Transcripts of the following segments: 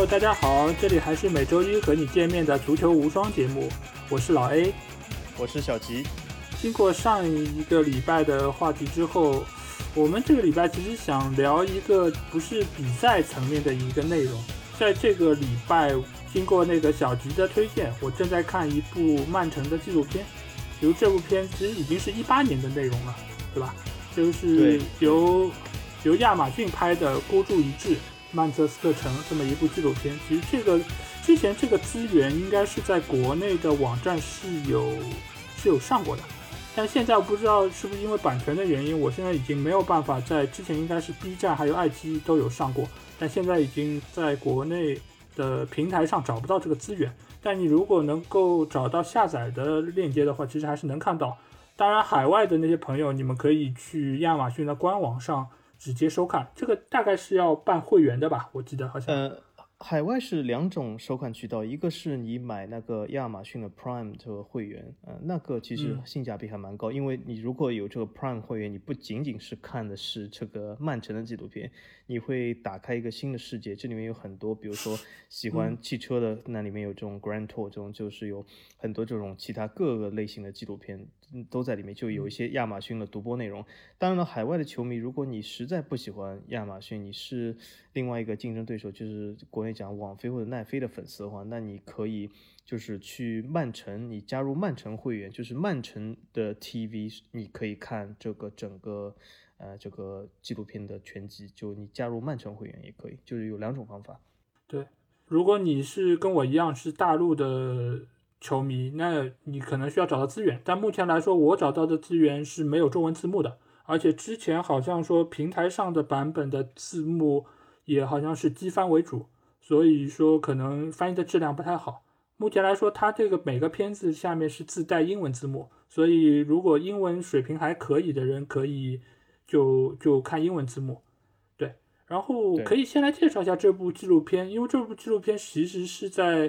Hello， 大家好，这里还是每周一和你见面的足球无双节目，我是老 A， 我是小吉。 经过上一个礼拜的话题之后，我们这个礼拜其实想聊一个不是比赛层面的一个内容。在这个礼拜，经过那个小吉的推荐，我正在看一部曼城的纪录片。比如这部片其实已经是18年的内容了，对吧？就是由亚马逊拍的《孤注一掷：曼彻斯特城》这么一部纪录片。其实之前这个资源应该是在国内的网站是有上过的，但现在我不知道是不是因为版权的原因，我现在已经没有办法在之前应该是 B 站还有爱奇艺都有上过，但现在已经在国内的平台上找不到这个资源。但你如果能够找到下载的链接的话，其实还是能看到。当然海外的那些朋友，你们可以去亚马逊的官网上直接收看，这个大概是要办会员的吧，我记得好像。 海外是两种收看渠道，一个是你买那个亚马逊的 Prime 这个会员，那个其实性价比还蛮高，因为你如果有这个 Prime 会员，你不仅仅是看的是这个曼城的纪录片，你会打开一个新的世界。这里面有很多，比如说喜欢汽车的，那里面有这种 Grand Tour， 这种就是有很多这种其他各个类型的纪录片都在里面，就有一些亚马逊的独播内容。当然了，海外的球迷，如果你实在不喜欢亚马逊，你是另外一个竞争对手，就是国内讲网飞或者奈飞的粉丝的话，那你可以就是去曼城，你加入曼城会员，就是曼城的 TV， 你可以看这个整个这个纪录片的全集，就你加入曼城会员也可以，就是有两种方法。 对，如果你是跟我一样是大陆的球迷，那你可能需要找到资源，但目前来说我找到的资源是没有中文字幕的，而且之前好像说平台上的版本的字幕也好像是机翻为主，所以说可能翻译的质量不太好。目前来说它这个每个片子下面是自带英文字幕，所以如果英文水平还可以的人可以就看英文字幕。对，然后可以先来介绍一下这部纪录片，因为这部纪录片其实是在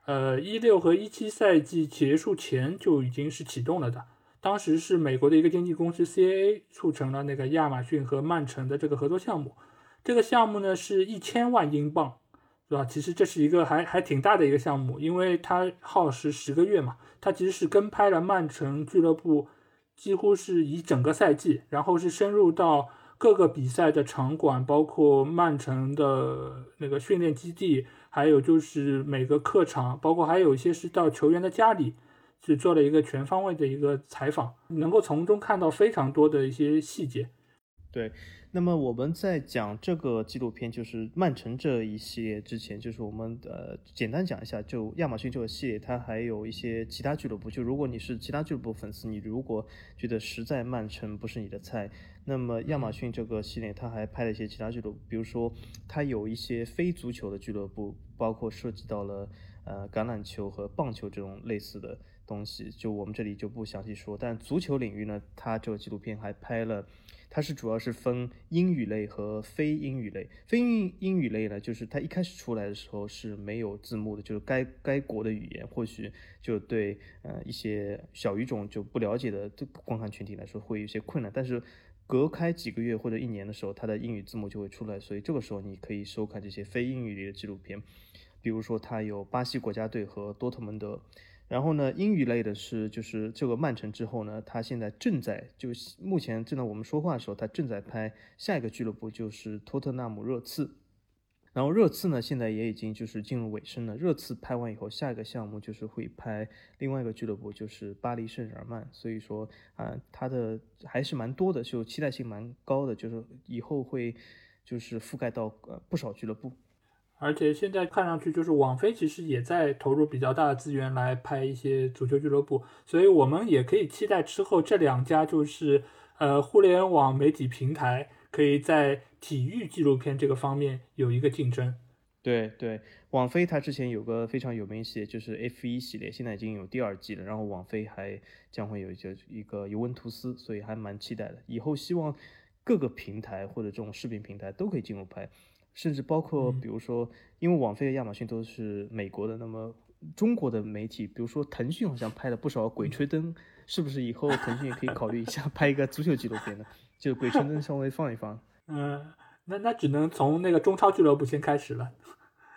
16和17赛季结束前就已经是启动了的。当时是美国的一个经纪公司 CAA 促成了那个亚马逊和曼城的这个合作项目。这个项目呢是1000万英镑，是吧？其实这是一个还挺大的一个项目，因为它耗时10个月嘛。它其实是跟拍了曼城俱乐部几乎是一整个赛季，然后是深入到各个比赛的场馆，包括曼城的那个训练基地，还有就是每个客场，包括还有一些是到球员的家里，是做了一个全方位的一个采访，能够从中看到非常多的一些细节。 对，那么我们在讲这个纪录片，就是曼城这一系列之前，就是我们简单讲一下，就亚马逊这个系列，它还有一些其他俱乐部。就如果你是其他俱乐部粉丝，你如果觉得实在曼城不是你的菜，那么亚马逊这个系列它还拍了一些其他俱乐部，比如说它有一些非足球的俱乐部，包括涉及到了橄榄球和棒球这种类似的东西，就我们这里就不详细说。但足球领域呢，它这个纪录片还拍了。它是主要是分英语类和非英语类。非英语类呢，就是它一开始出来的时候是没有字幕的，就是该国的语言或许就对一些小语种就不了解的观看群体来说会有些困难，但是隔开几个月或者1年的时候，它的英语字幕就会出来，所以这个时候你可以收看这些非英语类的纪录片，比如说它有巴西国家队和多特蒙德。然后呢，英语类的是就是这个曼城之后呢，他现在目前正在我们说话的时候，他正在拍下一个俱乐部，就是托特纳姆热刺。然后热刺呢，现在也已经就是进入尾声了。热刺拍完以后，下一个项目就是会拍另外一个俱乐部，就是巴黎圣日耳曼。所以说他的还是蛮多的，就期待性蛮高的，就是以后会就是覆盖到不少俱乐部。 而且现在看上去，就是网飞其实也在投入比较大的资源来拍一些足球俱乐部，所以我们也可以期待之后这2家就是互联网媒体平台可以在体育纪录片这个方面有一个竞争。 对对，网飞它之前有个非常有名系列，就是 F1 系列，现在已经有第2季了。然后网飞还将会有一个尤文图斯，所以还蛮期待的。以后希望各个平台或者这种视频平台都可以进入拍。甚至包括比如说，因为网飞和亚马逊都是美国的，那么中国的媒体，比如说腾讯好像拍了不少鬼吹灯，是不是以后腾讯也可以考虑一下拍一个足球纪录片呢？就鬼吹灯稍微放一放。 那只能从那个中超俱乐部先开始了。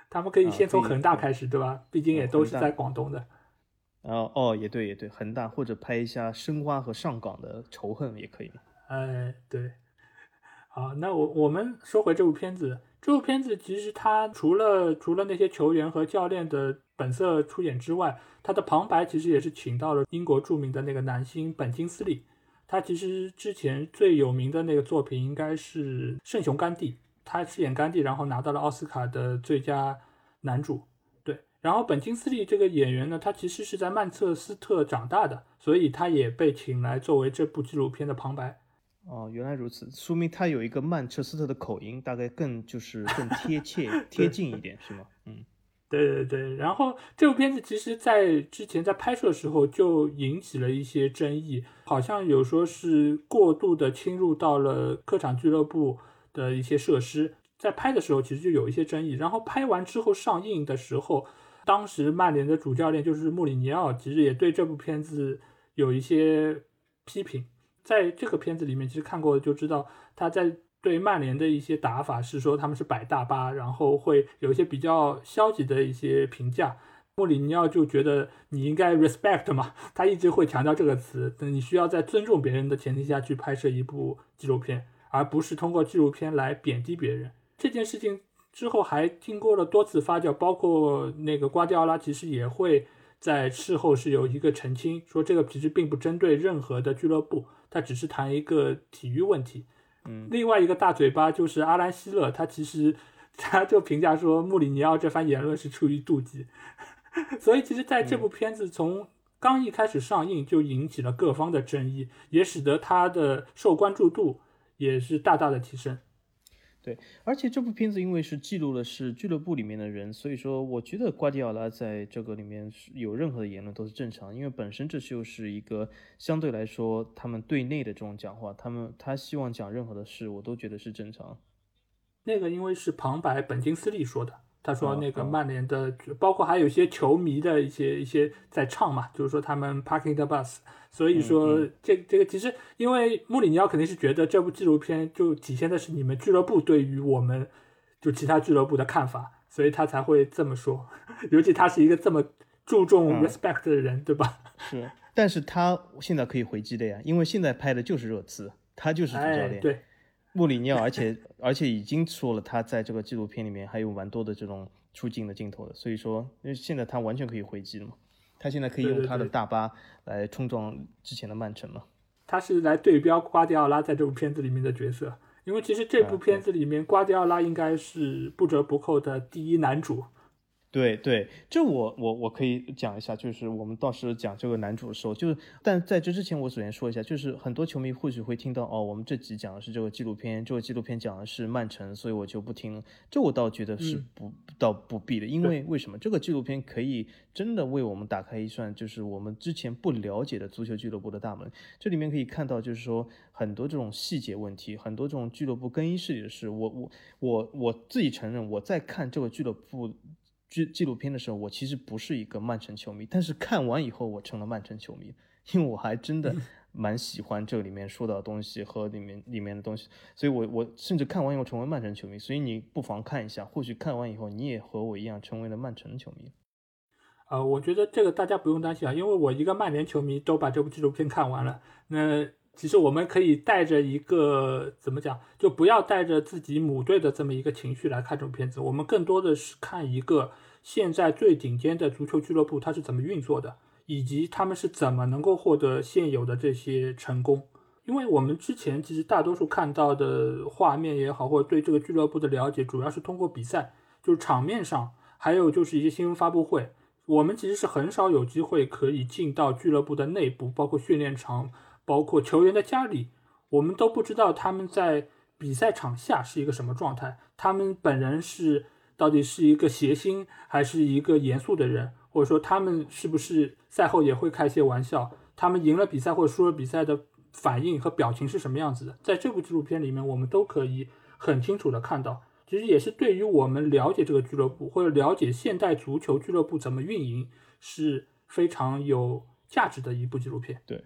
他们可以先从可以恒大开始，对吧？毕竟也都是在广东的。 也对也对，恒大或者拍一下申花和上港的仇恨也可以。 对。好，那我们说回这部片子，这部片子其实它除了那些球员和教练的本色出演之外，它的旁白其实也是请到了英国著名的那个男星本金斯利。他其实之前最有名的那个作品应该是《圣雄甘地》，他饰演甘地，然后拿到了奥斯卡的最佳男主。对，然后本金斯利这个演员呢，他其实是在曼彻斯特长大的，所以他也被请来作为这部纪录片的旁白。 原来如此，说明他有一个曼彻斯特的口音，大概更贴贴近一点，是吗？ 对对对，然后这部片子其实在之前在拍摄的时候就引起了一些争议，好像有说是过度的侵入到了客场俱乐部的一些设施，在拍的时候其实就有一些争议，然后拍完之后上映的时候，当时曼联的主教练就是穆里尼奥，其实也对这部片子有一些批评。在这个片子里面，其实看过就知道他在对曼联的一些打法是说他们是摆大巴，然后会有一些比较消极的一些评价。穆里尼奥就觉得你应该 respect 嘛，他一直会强调这个词，你需要在尊重别人的前提下去拍摄一部纪录片，而不是通过纪录片来贬低别人。这件事情之后还经过了多次发酵，包括那个瓜迪奥拉其实也会在事后是有一个澄清，说这个其实并不针对任何的俱乐部，他只是谈一个体育问题。另外一个大嘴巴就是阿兰希勒，他就评价说穆里尼奥这番言论是出于妒忌。所以其实在这部片子从刚一开始上映就引起了各方的争议，也使得他的受关注度也是大大的提升。 对，而且这部片子因为是记录的是俱乐部里面的人，所以说我觉得瓜迪奥拉在这个里面有任何的言论都是正常，因为本身这就是一个相对来说他们对内的这种讲话，他希望讲任何的事，我都觉得是正常。 那个因为是旁白本金斯利说的，他说那个曼联的，包括还有一些球迷的一些在唱嘛，就是说他们 parking the bus， 所以说这个其实因为穆里尼奥肯定是觉得这部纪录片就体现的是你们俱乐部对于我们就其他俱乐部的看法，所以他才会这么说。尤其他是一个这么注重 respect 的人，对吧？ 是，但是他现在可以回击的呀，因为现在拍的就是热刺，他就是主教练。 对。 穆里尼奥，而且已经说了，他在这个纪录片里面还有蛮多的这种出镜的镜头的，所以说，因为现在他完全可以回击了嘛，他现在可以用他的大巴来冲撞之前的曼城嘛。 他是来对标瓜迪奥拉在这部片子里面的角色，因为其实这部片子里面瓜迪奥拉应该是不折不扣的第一男主。 对，这我可以讲一下，就是我们到时候讲这个男主的时候，但在这之前，我首先说一下，就是很多球迷或许会听到我们这集讲的是这个纪录片，这个纪录片讲的是曼城，所以我就不听了。这我倒觉得是倒不必的，因为为什么？这个纪录片可以真的为我们打开一扇就是我们之前不了解的足球俱乐部的大门。这里面可以看到，就是说很多这种细节问题，很多这种俱乐部更衣室里的事。我自己承认，我在看这个俱乐部纪录片的时候，我其实不是一个曼城球迷，但是看完以后我成了曼城球迷，因为我还真的蛮喜欢这里面说到的东西和里面的东西，所以我甚至看完以后成为曼城球迷。所以你不妨看一下，或许看完以后你也和我一样成为了曼城球迷。 我觉得这个大家不用担心啊，因为我一个曼联球迷都把这部纪录片看完了。那其实我们可以带着一个怎么讲，就不要带着自己母队的这么一个情绪来看这部片子，我们更多的是看一个现在最顶尖的足球俱乐部它是怎么运作的，以及他们是怎么能够获得现有的这些成功。因为我们之前其实大多数看到的画面也好，或者对这个俱乐部的了解主要是通过比赛，就是场面上，还有就是一些新闻发布会，我们其实是很少有机会可以进到俱乐部的内部，包括训练场，包括球员的家里，我们都不知道他们在比赛场下是一个什么状态，他们本人到底是一个谐星还是一个严肃的人，或者说他们是不是赛后也会开些玩笑，他们赢了比赛或者输了比赛的反应和表情是什么样子的，在这部纪录片里面我们都可以很清楚的看到。其实也是对于我们了解这个俱乐部或者了解现代足球俱乐部怎么运营是非常有价值的一部纪录片。 对，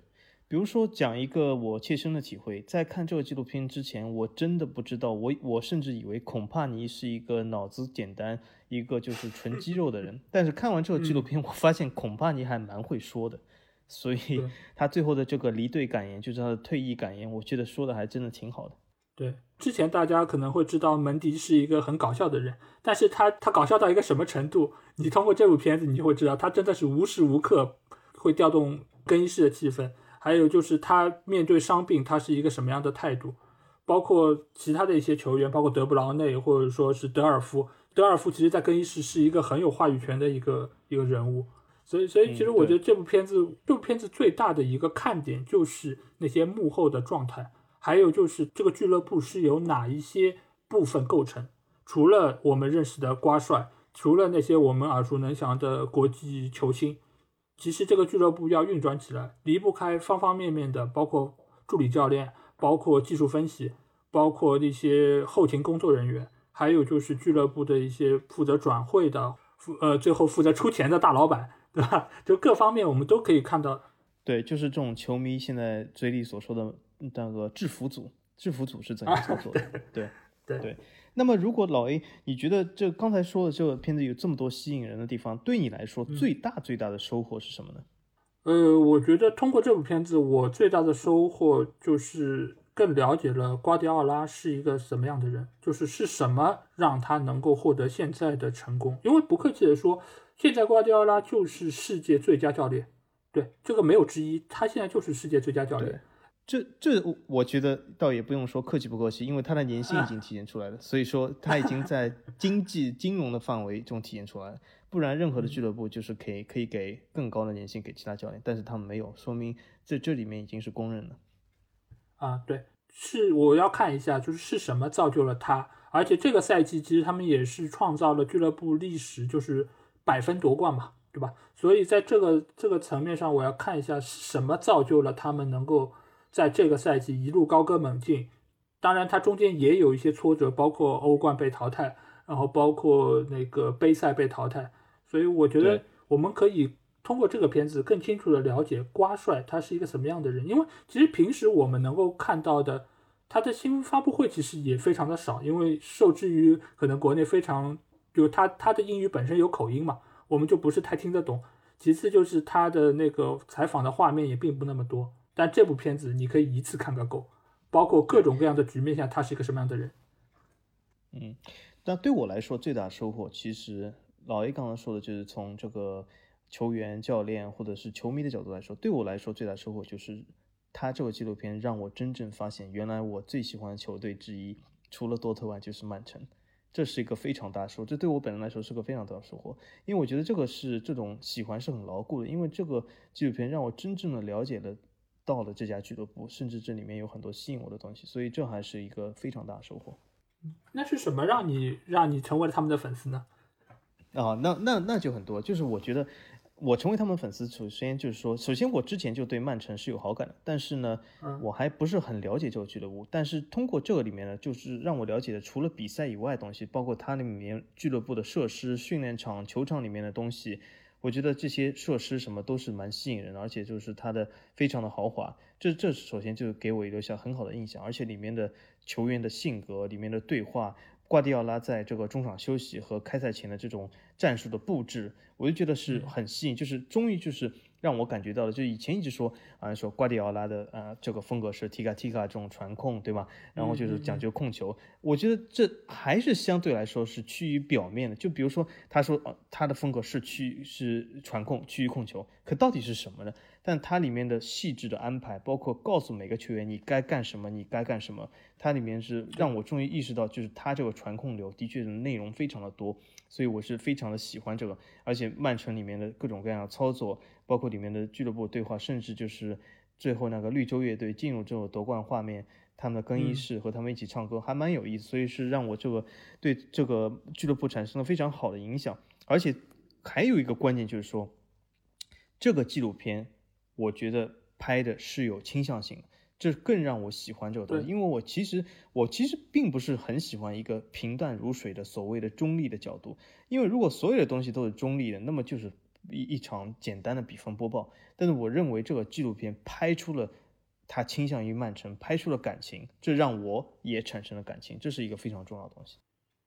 比如说讲一个我切身的体会，在看这个纪录片之前，我真的不知道，我甚至以为孔帕尼是一个脑子简单、一个就是纯肌肉的人。但是看完这个纪录片，我发现孔帕尼还蛮会说的，所以他最后的这个离队感言，就是他的退役感言，我觉得说的还真的挺好的。 对，之前大家可能会知道门迪是一个很搞笑的人，但是他搞笑到一个什么程度？你通过这部片子，你就会知道他真的是无时无刻会调动更衣室的气氛。还有就是他面对伤病，他是一个什么样的态度？包括其他的一些球员，包括德布劳内或者说是德尔夫。德尔夫其实在更衣室是一个很有话语权的一个人物。所以其实我觉得这部片子最大的一个看点就是那些幕后的状态，还有就是这个俱乐部是由哪一些部分构成。除了我们认识的瓜帅，除了那些我们耳熟能详的国际球星，其实这个俱乐部要运转起来，离不开方方面面的，包括助理教练，包括技术分析，包括一些后勤工作人员，还有就是俱乐部的一些负责转会的，最后负责出钱的大老板，对吧？就各方面我们都可以看到。 对，就是这种球迷现在嘴里所说的那个制服组是怎样操作的？对。那么如果老 A， 你觉得这刚才说的这个片子有这么多吸引人的地方，对你来说最大的收获是什么呢？ 我觉得通过这部片子，我最大的收获就是更了解了瓜迪奥拉是一个什么样的人，就是什么让他能够获得现在的成功。因为不客气的说，现在瓜迪奥拉就是世界最佳教练，对，这个没有之一，他现在就是世界最佳教练。 这我觉得倒也不用说客气不客气，因为他的年薪已经体现出来了，所以说他已经在金融的范围中体现出来了。不然任何的俱乐部就是可以给更高的年薪给其他教练，但是他们没有，说明这里面已经是公认了。 对，是我要看一下，是什么造就了他，而且这个赛季其实他们也是创造了俱乐部历史，就是100分夺冠嘛，对吧？所以在这个层面上，我要看一下什么造就了他们能够在这个赛季一路高歌猛进。当然，它中间也有一些挫折，包括欧冠被淘汰，然后包括那个杯赛被淘汰。所以我觉得我们可以通过这个片子更清楚的了解瓜帅他是一个什么样的人。因为其实平时我们能够看到的他的新闻发布会其实也非常的少，因为受制于可能国内非常就他的英语本身有口音嘛，我们就不是太听得懂。其次就是他的那个采访的画面也并不那么多，但这部片子你可以一次看个够，包括各种各样的局面下他是一个什么样的人。 但对我来说最大收获，其实老 A 刚刚说的就是从这个球员、教练或者是球迷的角度来说，对我来说最大收获就是他这个纪录片让我真正发现，原来我最喜欢的球队之一，除了多特外就是曼城。这是一个非常大的收获，这对我本人来说是个非常大的收获，因为我觉得这种喜欢是很牢固的，因为这个纪录片让我真正的了解到了这家俱乐部，甚至这里面有很多吸引我的东西，所以这还是一个非常大的收获。 那是什么让你成为了他们的粉丝呢？ 那就很多，就是我觉得我成为他们粉丝，首先我之前就对曼城是有好感的，但是呢，我还不是很了解这个俱乐部。但是通过这个里面呢，就是让我了解的除了比赛以外的东西，包括它里面俱乐部的设施、训练场、球场里面的东西，我觉得这些设施什么都是蛮吸引人的，而且就是它的非常的豪华。这首先就给我留下很好的印象，而且里面的球员的性格、里面的对话。瓜迪奥拉在这个中场休息和开赛前的这种战术的布置，我就觉得是很吸引，就是终于就是让我感觉到了，就以前一直说瓜迪奥拉的这个风格是 Tika 这种传控，对吧？然后就是讲究控球，我觉得这还是相对来说是趋于表面的。就比如说他说他的风格是传控，趋于控球，可到底是什么呢？但它里面的细致的安排，包括告诉每个球员你该干什么，你该干什么，它里面是让我终于意识到，就是它这个传控流的确是内容非常的多，所以我是非常的喜欢这个。而且曼城里面的各种各样的操作，包括里面的俱乐部对话，甚至就是最后那个绿洲乐队进入这种夺冠画面，他们的更衣室和他们一起唱歌，还蛮有意思，所以是让我对这个俱乐部产生了非常好的影响。而且还有一个关键就是说，这个纪录片我觉得拍的是有倾向性的，这更让我喜欢这个东西。因为我其实并不是很喜欢一个平淡如水的所谓的中立的角度，因为如果所有的东西都是中立的，那么就是一场简单的比分播报，但是我认为这个纪录片拍出了他倾向于曼城，拍出了感情，这让我也产生了感情，这是一个非常重要的东西。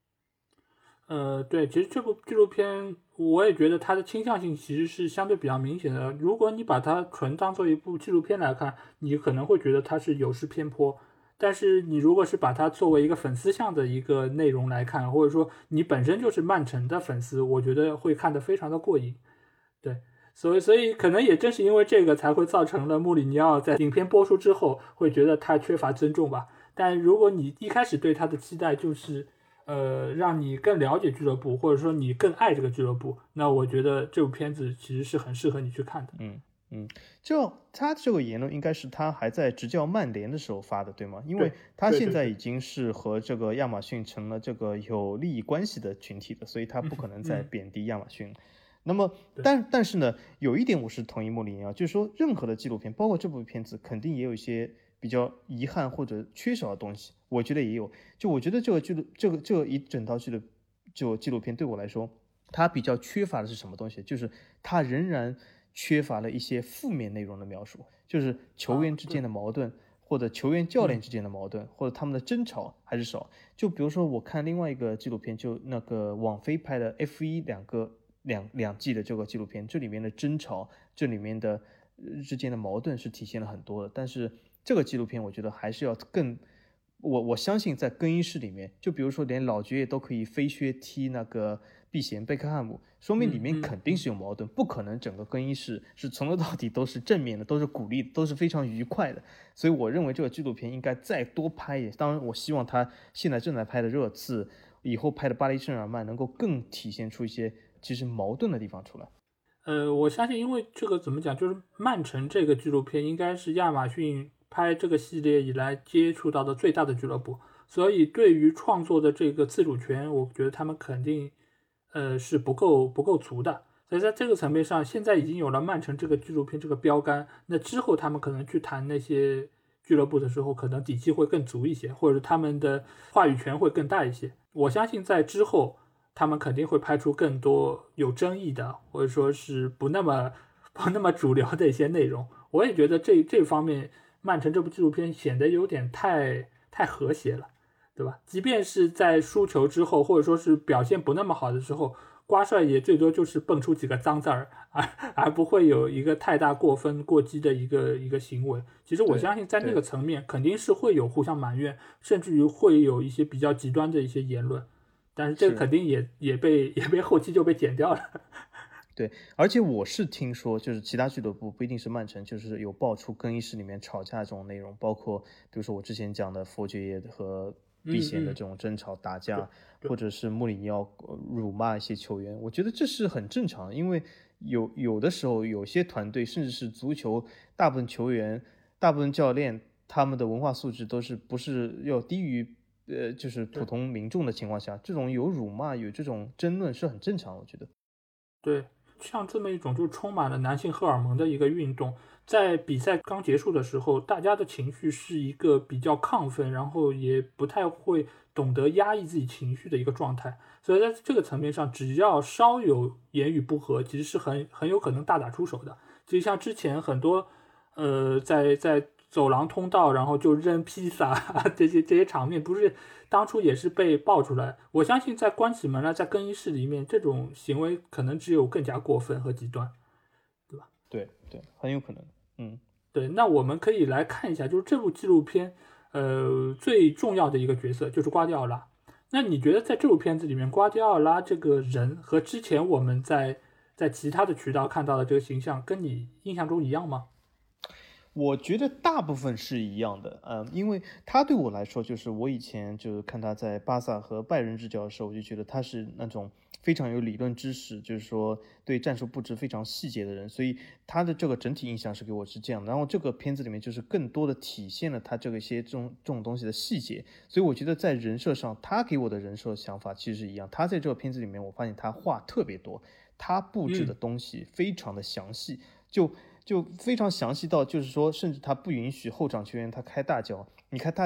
对，其实这部纪录片我也觉得它的倾向性其实是相对比较明显的。如果你把它纯当做一部纪录片来看，你可能会觉得它是有失偏颇。但是你如果是把它作为一个粉丝向的一个内容来看，或者说你本身就是曼城的粉丝，我觉得会看得非常的过瘾。对，所以可能也正是因为这个，才会造成了穆里尼奥在影片播出之后会觉得他缺乏尊重吧。但如果你一开始对他的期待就是让你更了解俱乐部，或者说你更爱这个俱乐部，那我觉得这部片子其实是很适合你去看的。 就他这个言论应该是他还在执教曼联的时候发的，对吗？因为对他对对对现在已经是和这个亚马逊成了这个有利益关系的群体了，所以他不可能再贬低亚马逊。那么， 对但是呢，有一点我是同意穆里尼奥，就是说任何的纪录片，包括这部片子，肯定也有一些比较遗憾或者缺少的东西。我觉得也有，就我觉得这一整套纪录片对我来说，它比较缺乏的是什么东西？就是它仍然缺乏了一些负面内容的描述，就是球员之间的矛盾，或者球员教练之间的矛盾，或者他们的争吵还是少。就比如说我看另外一个纪录片，就那个网飞拍的 F1两季的这个纪录片，这里面的争吵，这里面的之间的矛盾是体现了很多的。但是这个纪录片我觉得还是要更，我相信在更衣室里面，就比如说连老爵爷都可以飞靴踢那个避嫌贝克汉姆，说明里面肯定是有矛盾，不可能整个更衣室是从头到底都是正面的，都是鼓励的，都是非常愉快的。所以我认为这个纪录片应该再多拍一点。当然，我希望他现在正在拍的热刺，以后拍的巴黎圣日耳曼能够更体现出一些其实矛盾的地方出来。 我相信，因为这个怎么讲，就是曼城这个纪录片应该是亚马逊拍这个系列以来接触到的最大的俱乐部，所以对于创作的这个自主权，我觉得他们肯定是不够足的。所以在这个层面上，现在已经有了曼城这个纪录片这个标杆，那之后他们可能去谈那些俱乐部的时候，可能底气会更足一些，或者他们的话语权会更大一些。我相信在之后，他们肯定会拍出更多有争议的，或者说是不那么主流的一些内容。我也觉得这方面，曼城这部纪录片显得有点太和谐了，对吧？即便是在输球之后，或者说是表现不那么好的时候，瓜帅也最多就是蹦出几个脏字儿，而不会有一个太大过分过激的一个行为。其实我相信在那个层面肯定是会有互相埋怨，甚至于会有一些比较极端的一些言论。但是这个肯定也被后期就被剪掉了。 对，而且我是听说，就是其他俱乐部不一定是曼城，就是有爆出更衣室里面吵架这种内容，包括比如说我之前讲的佛爵爷和避嫌的这种争吵打架，或者是穆里尼奥辱骂一些球员，我觉得这是很正常的，因为有的时候有些团队甚至是足球大部分球员、大部分教练，他们的文化素质都是不是要低于就是普通民众的情况下，这种有辱骂、有这种争论是很正常的，我觉得。 对，像这么一种就充满了男性荷尔蒙的一个运动，在比赛刚结束的时候，大家的情绪是一个比较亢奋，然后也不太会懂得压抑自己情绪的一个状态。所以在这个层面上，只要稍有言语不合，其实是很有可能大打出手的。就像之前很多在走廊通道，然后就扔披萨这些场面，不是当初也是被爆出来。我相信在关起门来，在更衣室里面，这种行为可能只有更加过分和极端，对吧？ 对，很有可能。 对。那我们可以来看一下，就是这部纪录片，最重要的一个角色就是瓜迪奥拉。那你觉得在这部片子里面，瓜迪奥拉这个人和之前我们在其他的渠道看到的这个形象，跟你印象中一样吗？ 我觉得大部分是一样的，因为他对我来说，就是我以前就是看他在巴萨和拜仁执教的时候，我就觉得他是那种非常有理论知识，就是说对战术布置非常细节的人，所以他的这个整体印象是给我是这样的。然后这个片子里面就是更多的体现了他这种东西的细节，所以我觉得在人设上，他给我的人设想法其实是一样。他在这个片子里面，我发现他话特别多，他布置的东西非常的详细，就非常详细到，就是说，甚至他不允许后场球员他开大脚。你看他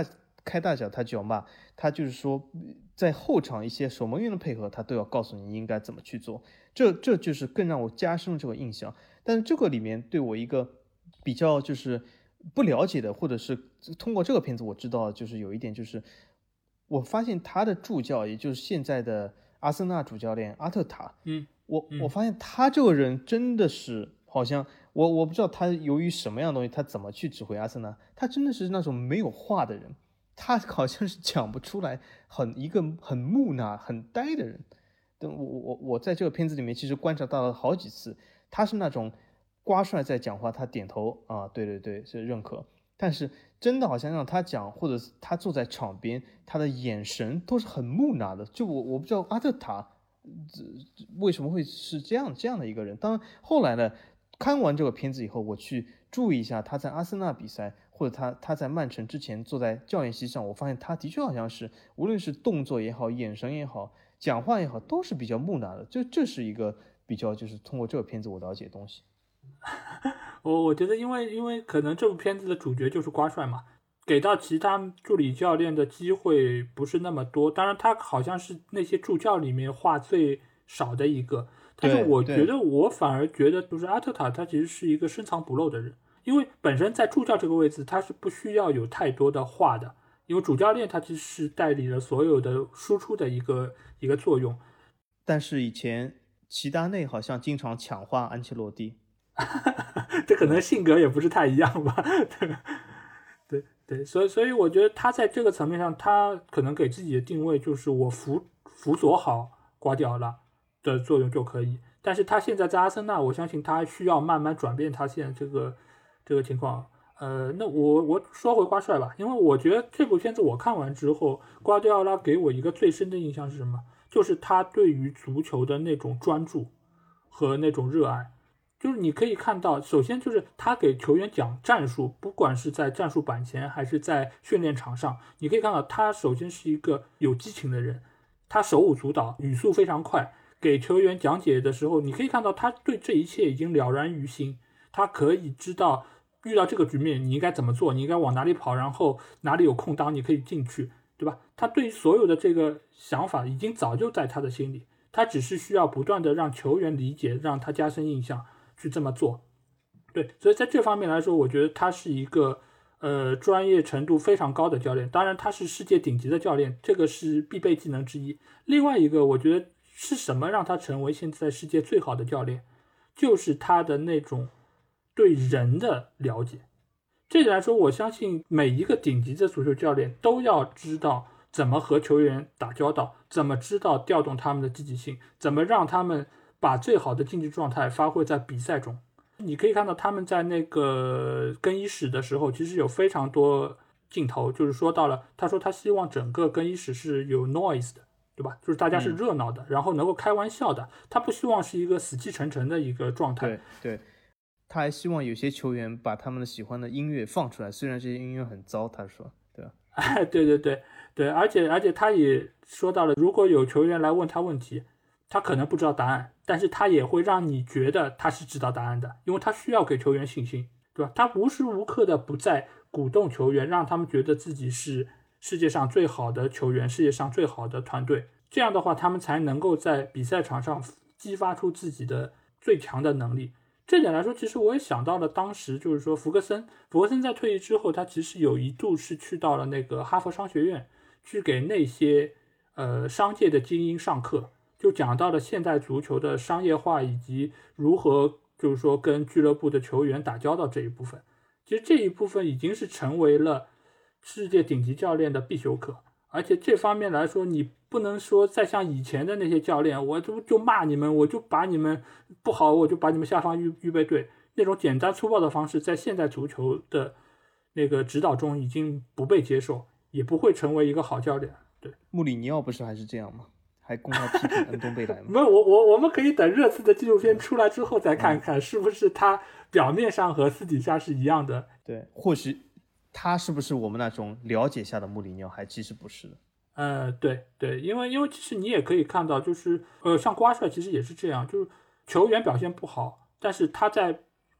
开大脚他就要骂，他就是说在后场一些守门员的配合他都要告诉你应该怎么去做，这就是更让我加深了这个印象。但是这个里面对我一个比较就是不了解的，或者是通过这个片子我知道就是有一点，就是我发现他的助教也就是现在的阿森纳主教练阿特塔，我发现他这个人真的是好像我不知道他由于什么样的东西，他怎么去指挥阿森纳，他真的是那种没有话的人，他好像是讲不出来，一个很木讷很呆的人。但我在这个片子里面其实观察到了好几次，他是那种瓜帅在讲话他点头啊，对对对，是认可，但是真的好像让他讲，或者他坐在场边，他的眼神都是很木讷的。就我不知道阿特塔为什么会是这样的一个人。当然后来呢，看完这个片子以后，我去注意一下他在阿森纳比赛，或者他在曼城之前坐在教练席上，我发现他的确好像是无论是动作也好，眼神也好，讲话也好，都是比较木讷的。这是一个比较就是通过这个片子我了解的东西。 我觉得因为可能这部片子的主角就是瓜帅嘛，给到其他助理教练的机会不是那么多。当然他好像是那些助教里面话最少的一个，但是我反而觉得就是阿特塔他其实是一个深藏不露的人，因为本身在助教这个位置他是不需要有太多的话的，因为主教练他其实是代理了所有的输出的一个作用。 但是以前齐达内好像经常抢话安切洛蒂这可能性格也不是太一样吧。对，所以我觉得他在这个层面上，他可能给自己的定位就是我辅佐好瓜迪奥拉的作用就可以。但是他现在在阿森纳，我相信他需要慢慢转变他现在这个情况。那我说回瓜帅吧，因为我觉得这部片子我看完之后，瓜迪奥拉给我一个最深的印象是什么？就是他对于足球的那种专注和那种热爱。就是你可以看到，首先就是他给球员讲战术，不管是在战术板前还是在训练场上，你可以看到他首先是一个有激情的人，他手舞足蹈，语速非常快，给球员讲解的时候，你可以看到他对这一切已经了然于心，他可以知道遇到这个局面你应该怎么做，你应该往哪里跑，然后哪里有空当你可以进去，对吧？他对于所有的这个想法已经早就在他的心里，他只是需要不断的让球员理解，让他加深印象去这么做。对，所以在这方面来说，我觉得他是一个专业程度非常高的教练。当然他是世界顶级的教练，这个是必备技能之一。另外一个我觉得是什么让他成为现在世界最好的教练，就是他的那种对人的了解。这点来说，我相信每一个顶级的足球教练都要知道怎么和球员打交道，怎么知道调动他们的积极性，怎么让他们把最好的竞技状态发挥在比赛中。你可以看到他们在那个更衣室的时候，其实有非常多镜头，就是说到了，他说他希望整个更衣室是有 noise 的，对吧？就是大家是热闹的，然后能够开玩笑的，他不希望是一个死气沉沉的一个状态。 对，他还希望有些球员把他们的喜欢的音乐放出来，虽然这些音乐很糟，他说，对吧？ 对，而且他也说到了，如果有球员来问他问题，他可能不知道答案，但是他也会让你觉得他是知道答案的，因为他需要给球员信心，对吧？他无时无刻的不在鼓动球员，让他们觉得自己是世界上最好的球员，世界上最好的团队。这样的话，他们才能够在比赛场上激发出自己的最强的能力。这点来说，其实我也想到了当时就是说福格森在退役之后，他其实有一度是去到了那个哈佛商学院，去给那些商界的精英上课，就讲到了现代足球的商业化以及如何就是说跟俱乐部的球员打交道这一部分。其实这一部分已经是成为了世界顶级教练的必修课，而且这方面来说，你不能说再像以前的那些教练，我就骂你们，我就把你们不好，我就把你们下放预备队，那种简单粗暴的方式，在现代足球的那个指导中已经不被接受，也不会成为一个好教练。对， 穆里尼奥不是还是这样吗？还公开批评恩东贝莱吗？ 没有，我们可以等热刺的纪录片出来之后再看看，是不是他表面上和私底下是一样的。 对，或许他是不是我们那种了解下的穆里尼奥，还其实不是的。 对，因为其实你也可以看到，就是像瓜帅其实也是这样，就是球员表现不好，但是他在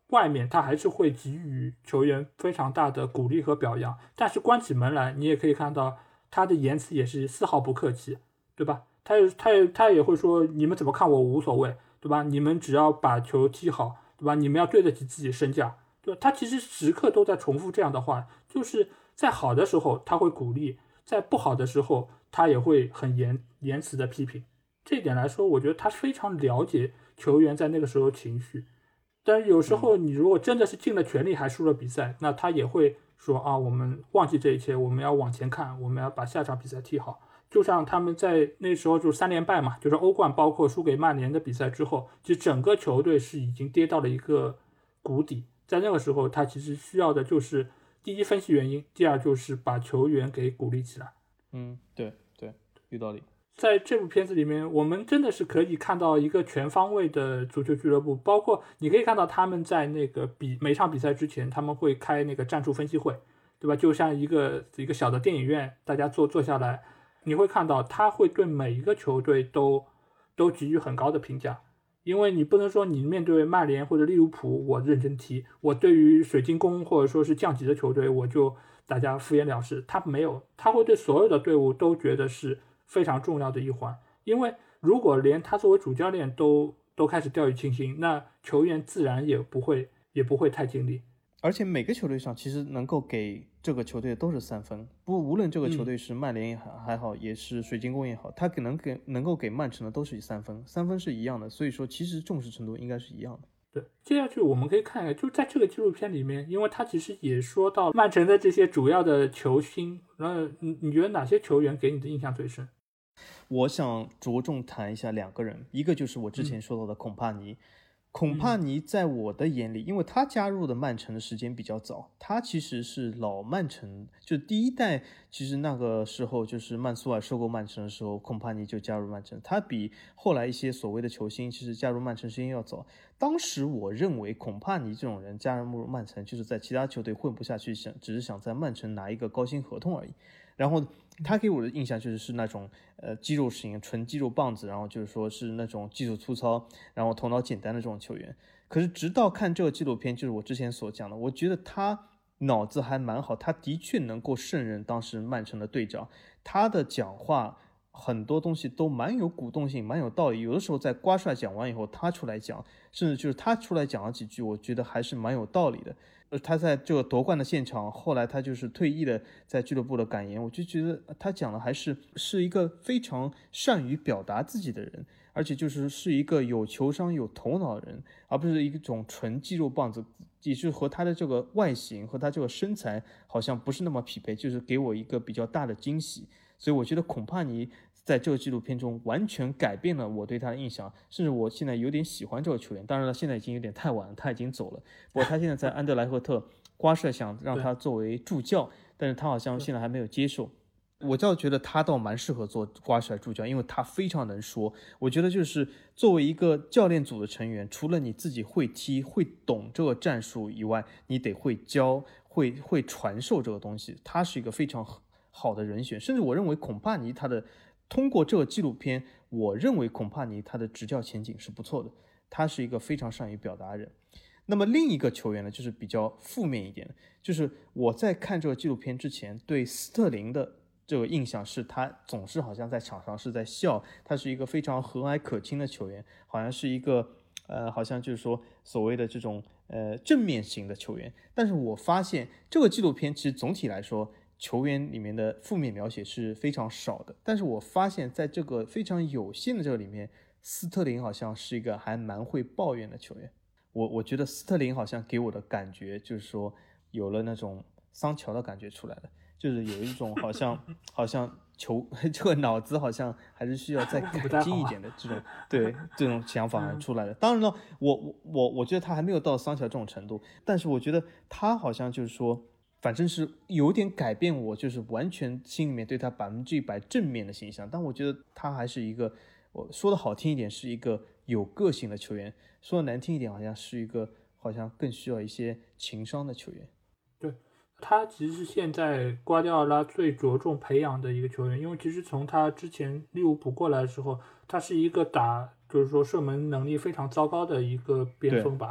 外面他还是会给予球员非常大的鼓励和表扬，但是关起门来，你也可以看到他的言辞也是丝毫不客气，对吧？他也会说你们怎么看我无所谓，对吧？你们只要把球踢好，对吧？你们要对得起自己身价，对吧？他其实时刻都在重复这样的话，就是在好的时候他会鼓励，在不好的时候他也会很言辞的批评。这一点来说，我觉得他非常了解球员在那个时候情绪。但是有时候你如果真的是尽了全力还输了比赛，那他也会说啊，我们忘记这一切，我们要往前看，我们要把下场比赛踢好。就像他们在那时候就3连败嘛，就是欧冠包括输给曼联的比赛之后，其实整个球队是已经跌到了一个谷底。在那个时候，他其实需要的就是第一分析原因，第二就是把球员给鼓励起来。 对对，有道理。 在这部片子里面，我们真的是可以看到一个全方位的足球俱乐部，包括你可以看到他们在那个每场比赛之前，他们会开那个战术分析会，对吧？就像一个小的电影院，大家坐下来，你会看到他会对每一个球队都给予很高的评价，因为你不能说你面对曼联或者利物浦我认真踢，我对于水晶宫或者说是降级的球队我就大家敷衍了事，他没有，他会对所有的队伍都觉得是非常重要的一环。因为如果连他作为主教练都开始掉以轻心，那球员自然也不会太尽力。 而且每个球队上其实能够给这个球队都是3分，无论这个球队是曼联也还好，也是水晶宫也好，他能够给曼城的都是3分，3分是一样的，所以说其实重视程度应该是一样的。 对，接下去我们可以看一下，就在这个纪录片里面，因为他其实也说到曼城的这些主要的球星，那你觉得哪些球员给你的印象最深？ 我想着重谈一下2个人，一个就是我之前说到的孔帕尼。孔帕尼在我的眼里，因为他加入的曼城的时间比较早，他其实是老曼城，就第一代，其实那个时候就是曼苏尔收购曼城的时候，孔帕尼就加入曼城，他比后来一些所谓的球星其实加入曼城时间要早。当时我认为孔帕尼这种人加入曼城就是在其他球队混不下去，只是想在曼城拿一个高薪合同而已。然后他给我的印象就是那种肌肉型纯肌肉棒子，然后就是说是那种技术粗糙，然后头脑简单的这种球员。可是直到看这个纪录片，就是我之前所讲的，我觉得他脑子还蛮好，他的确能够胜任当时曼城的队长。他的讲话很多东西都蛮有鼓动性，蛮有道理。有的时候在瓜帅讲完以后，他出来讲，甚至就是他出来讲了几句，我觉得还是蛮有道理的。他在这个夺冠的现场，后来他就是退役的，在俱乐部的感言，我就觉得他讲的还是一个非常善于表达自己的人，而且是一个有球商、有头脑的人，而不是一种纯肌肉棒子，也是和他的这个外形和他这个身材好像不是那么匹配，就是给我一个比较大的惊喜。所以我觉得孔帕尼在这个纪录片中完全改变了我对他的印象，甚至我现在有点喜欢这个球员。当然了，现在已经有点太晚了，他已经走了。不过他现在在安德莱赫特，瓜帅想让他作为助教，但是他好像现在还没有接受。我倒觉得他倒蛮适合做瓜帅助教，因为他非常能说。我觉得就是作为一个教练组的成员，除了你自己会踢、会懂这个战术以外，你得会教、会传授这个东西。他是一个非常好的人选，甚至我认为孔帕尼通过这个纪录片，我认为孔帕尼他的执教前景是不错的，他是一个非常善于表达的人。那么另一个球员呢，就是比较负面一点的，就是我在看这个纪录片之前，对斯特林的这个印象是他总是好像在场上是在笑，他是一个非常和蔼可亲的球员，好像是一个好像就是说所谓的这种正面型的球员。但是我发现这个纪录片其实总体来说，球员里面的负面描写是非常少的，但是我发现在这个非常有限的这个里面，斯特林好像是一个还蛮会抱怨的球员。我觉得斯特林好像给我的感觉就是说有了那种桑乔的感觉出来了，就是有一种好像这个脑子好像还是需要再改进一点的这种对这种想法出来了。当然了，我觉得他还没有到桑乔这种程度，但是我觉得他好像就是说反正是有点改变我，就是完全心里面对他100%正面的形象。但我觉得他还是一个，我说的好听一点是一个有个性的球员，说的难听一点好像是一个好像更需要一些情商的球员。 对，他其实是现在瓜迪奥拉最着重培养的一个球员，因为其实从他之前利物浦过来的时候，他是一个就是说射门能力非常糟糕的一个边锋吧。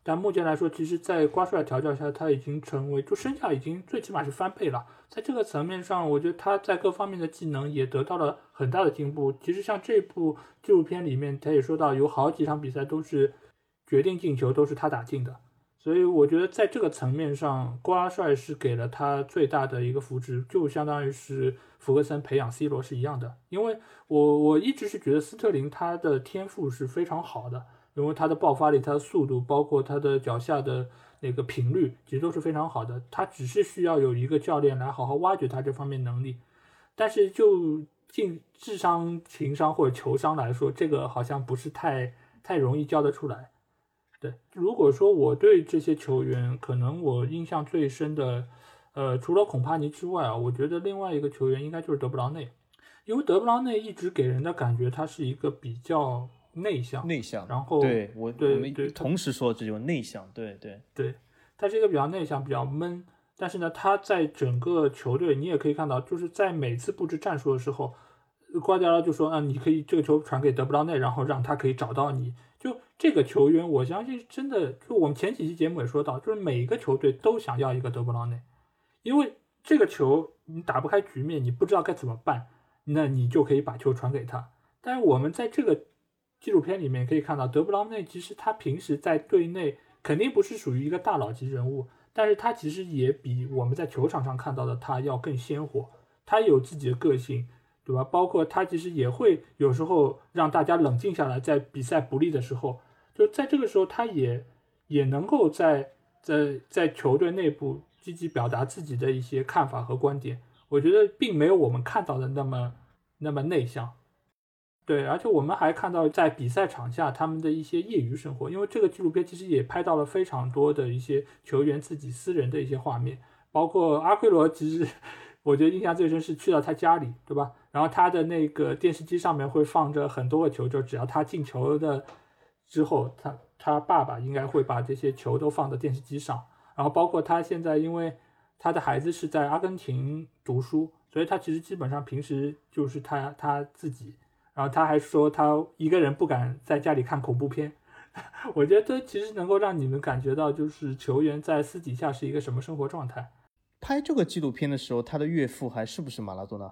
但目前来说，其实在瓜帅调教下，他已经成为就身价已经最起码是翻倍了。在这个层面上，我觉得他在各方面的技能也得到了很大的进步。其实像这部纪录片里面，他也说到有好几场比赛都是决定进球都是他打进的。所以我觉得在这个层面上，瓜帅是给了他最大的一个扶持，就相当于是福格森培养 C 罗是一样的。因为我一直是觉得斯特林他的天赋是非常好的，因为他的爆发力、他的速度，包括他的脚下的那个频率，其实都是非常好的。他只是需要有一个教练来好好挖掘他这方面能力。但是就智商、情商或者球商来说，这个好像不是太容易教得出来。对，如果说我对这些球员，可能我印象最深的，除了孔帕尼之外啊，我觉得另外一个球员应该就是德布劳内，因为德布劳内一直给人的感觉他是一个比较内向，然后对我们对同时说这种内向，对， 他是一个比较内向、比较闷，但是呢，他在整个球队你也可以看到，就是在每次布置战术的时候，瓜迪奥拉就说，你可以这个球传给德布劳内，然后让他可以找到你。就这个球员，我相信真的，就我们前几期节目也说到，就是每一个球队都想要一个德布劳内，因为这个球你打不开局面，你不知道该怎么办，那你就可以把球传给他。但是我们在这个纪录片里面可以看到，德布劳内其实他平时在队内肯定不是属于一个大佬级人物，但是他其实也比我们在球场上看到的他要更鲜活，他有自己的个性。对吧？包括他其实也会有时候让大家冷静下来，在比赛不利的时候，就在这个时候，他也能够在球队内部积极表达自己的一些看法和观点。我觉得并没有我们看到的那么内向。对，而且我们还看到在比赛场下他们的一些业余生活，因为这个纪录片其实也拍到了非常多的一些球员自己私人的一些画面，包括阿奎罗，其实我觉得印象最深是去到他家里，对吧？然后他的那个电视机上面会放着很多个球，就只要他进球的之后，他爸爸应该会把这些球都放在电视机上。然后包括他现在，因为他的孩子是在阿根廷读书，所以他其实基本上平时就是他自己。然后他还说他一个人不敢在家里看恐怖片。我觉得这其实能够让你们感觉到，就是球员在私底下是一个什么生活状态。 拍这个纪录片的时候，他的岳父还是不是马拉多纳？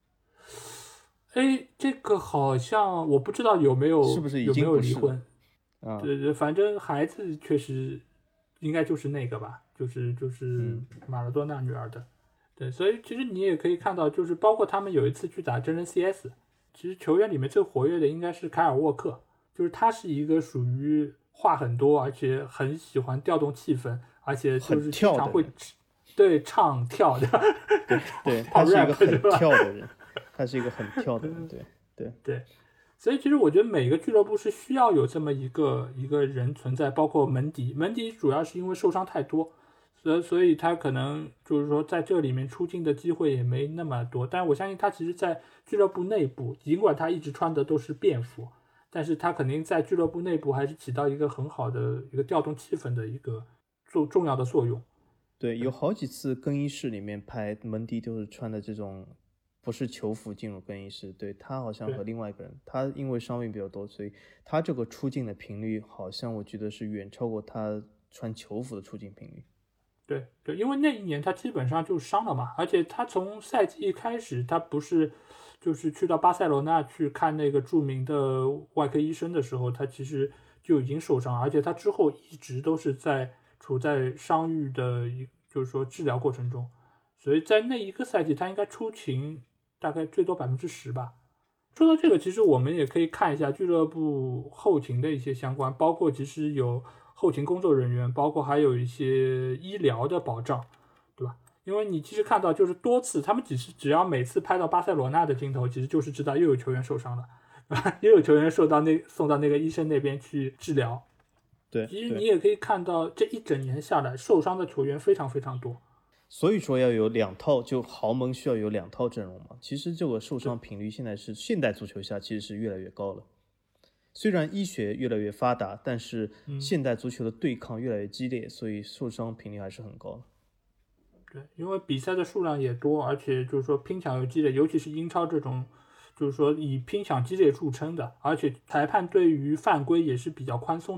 这个好像我不知道有没有是不是已经不是离婚。 对， 反正孩子确实应该就是那个吧，就是马拉多纳女儿的。对，所以其实你也可以看到，就是包括他们有一次去打真人 CS， 其实球员里面最活跃的应该是凯尔沃克，就是他是一个属于话很多，而且很喜欢调动气氛，而且就是经常会对唱跳的。 对，他是一个很跳的人。他是一个很跳的人，对， 所以其实我觉得每个俱乐部是需要有这么一个人存在，包括门迪主要是因为受伤太多，所以他可能就是说在这里面出镜的机会也没那么多。但我相信他其实在俱乐部内部，尽管他一直穿的都是便服，但是他肯定在俱乐部内部还是起到一个很好的一个调动气氛的一个重要的作用。 对，有好几次更衣室里面拍门迪都是穿的这种不是球服进入更衣室。对，他好像和另外一个人，他因为伤病比较多，所以他这个出镜的频率好像我觉得是远超过他穿球服的出镜频率。 对，因为那一年他基本上就伤了嘛，而且他从赛季一开始，他不是就是去到巴塞罗那去看那个著名的外科医生的时候，他其实就已经受伤，而且他之后一直都是处在伤愈的就是说治疗过程中，所以在那一个赛季他应该出勤大概最多10%吧。说到这个，其实我们也可以看一下俱乐部后勤的一些相关，包括其实有后勤工作人员，包括还有一些医疗的保障，对吧？因为你其实看到就是多次，他们只要每次拍到巴塞罗那的镜头，其实就是知道又有球员受伤了，又有球员送到那个医生那边去治疗。 对， 其实你也可以看到这一整年下来受伤的球员非常非常多。 所以说要有2套，就豪门需要有2套阵容嘛。其实这个受伤频率现在是现代足球下其实是越来越高了。虽然医学越来越发达，但是现代足球的对抗越来越激烈，所以受伤频率还是很高的。 对，因为比赛的数量也多，而且就是说拼抢又激烈，尤其是英超这种就是说以拼抢激烈著称的，而且裁判对于犯规也是比较宽松的。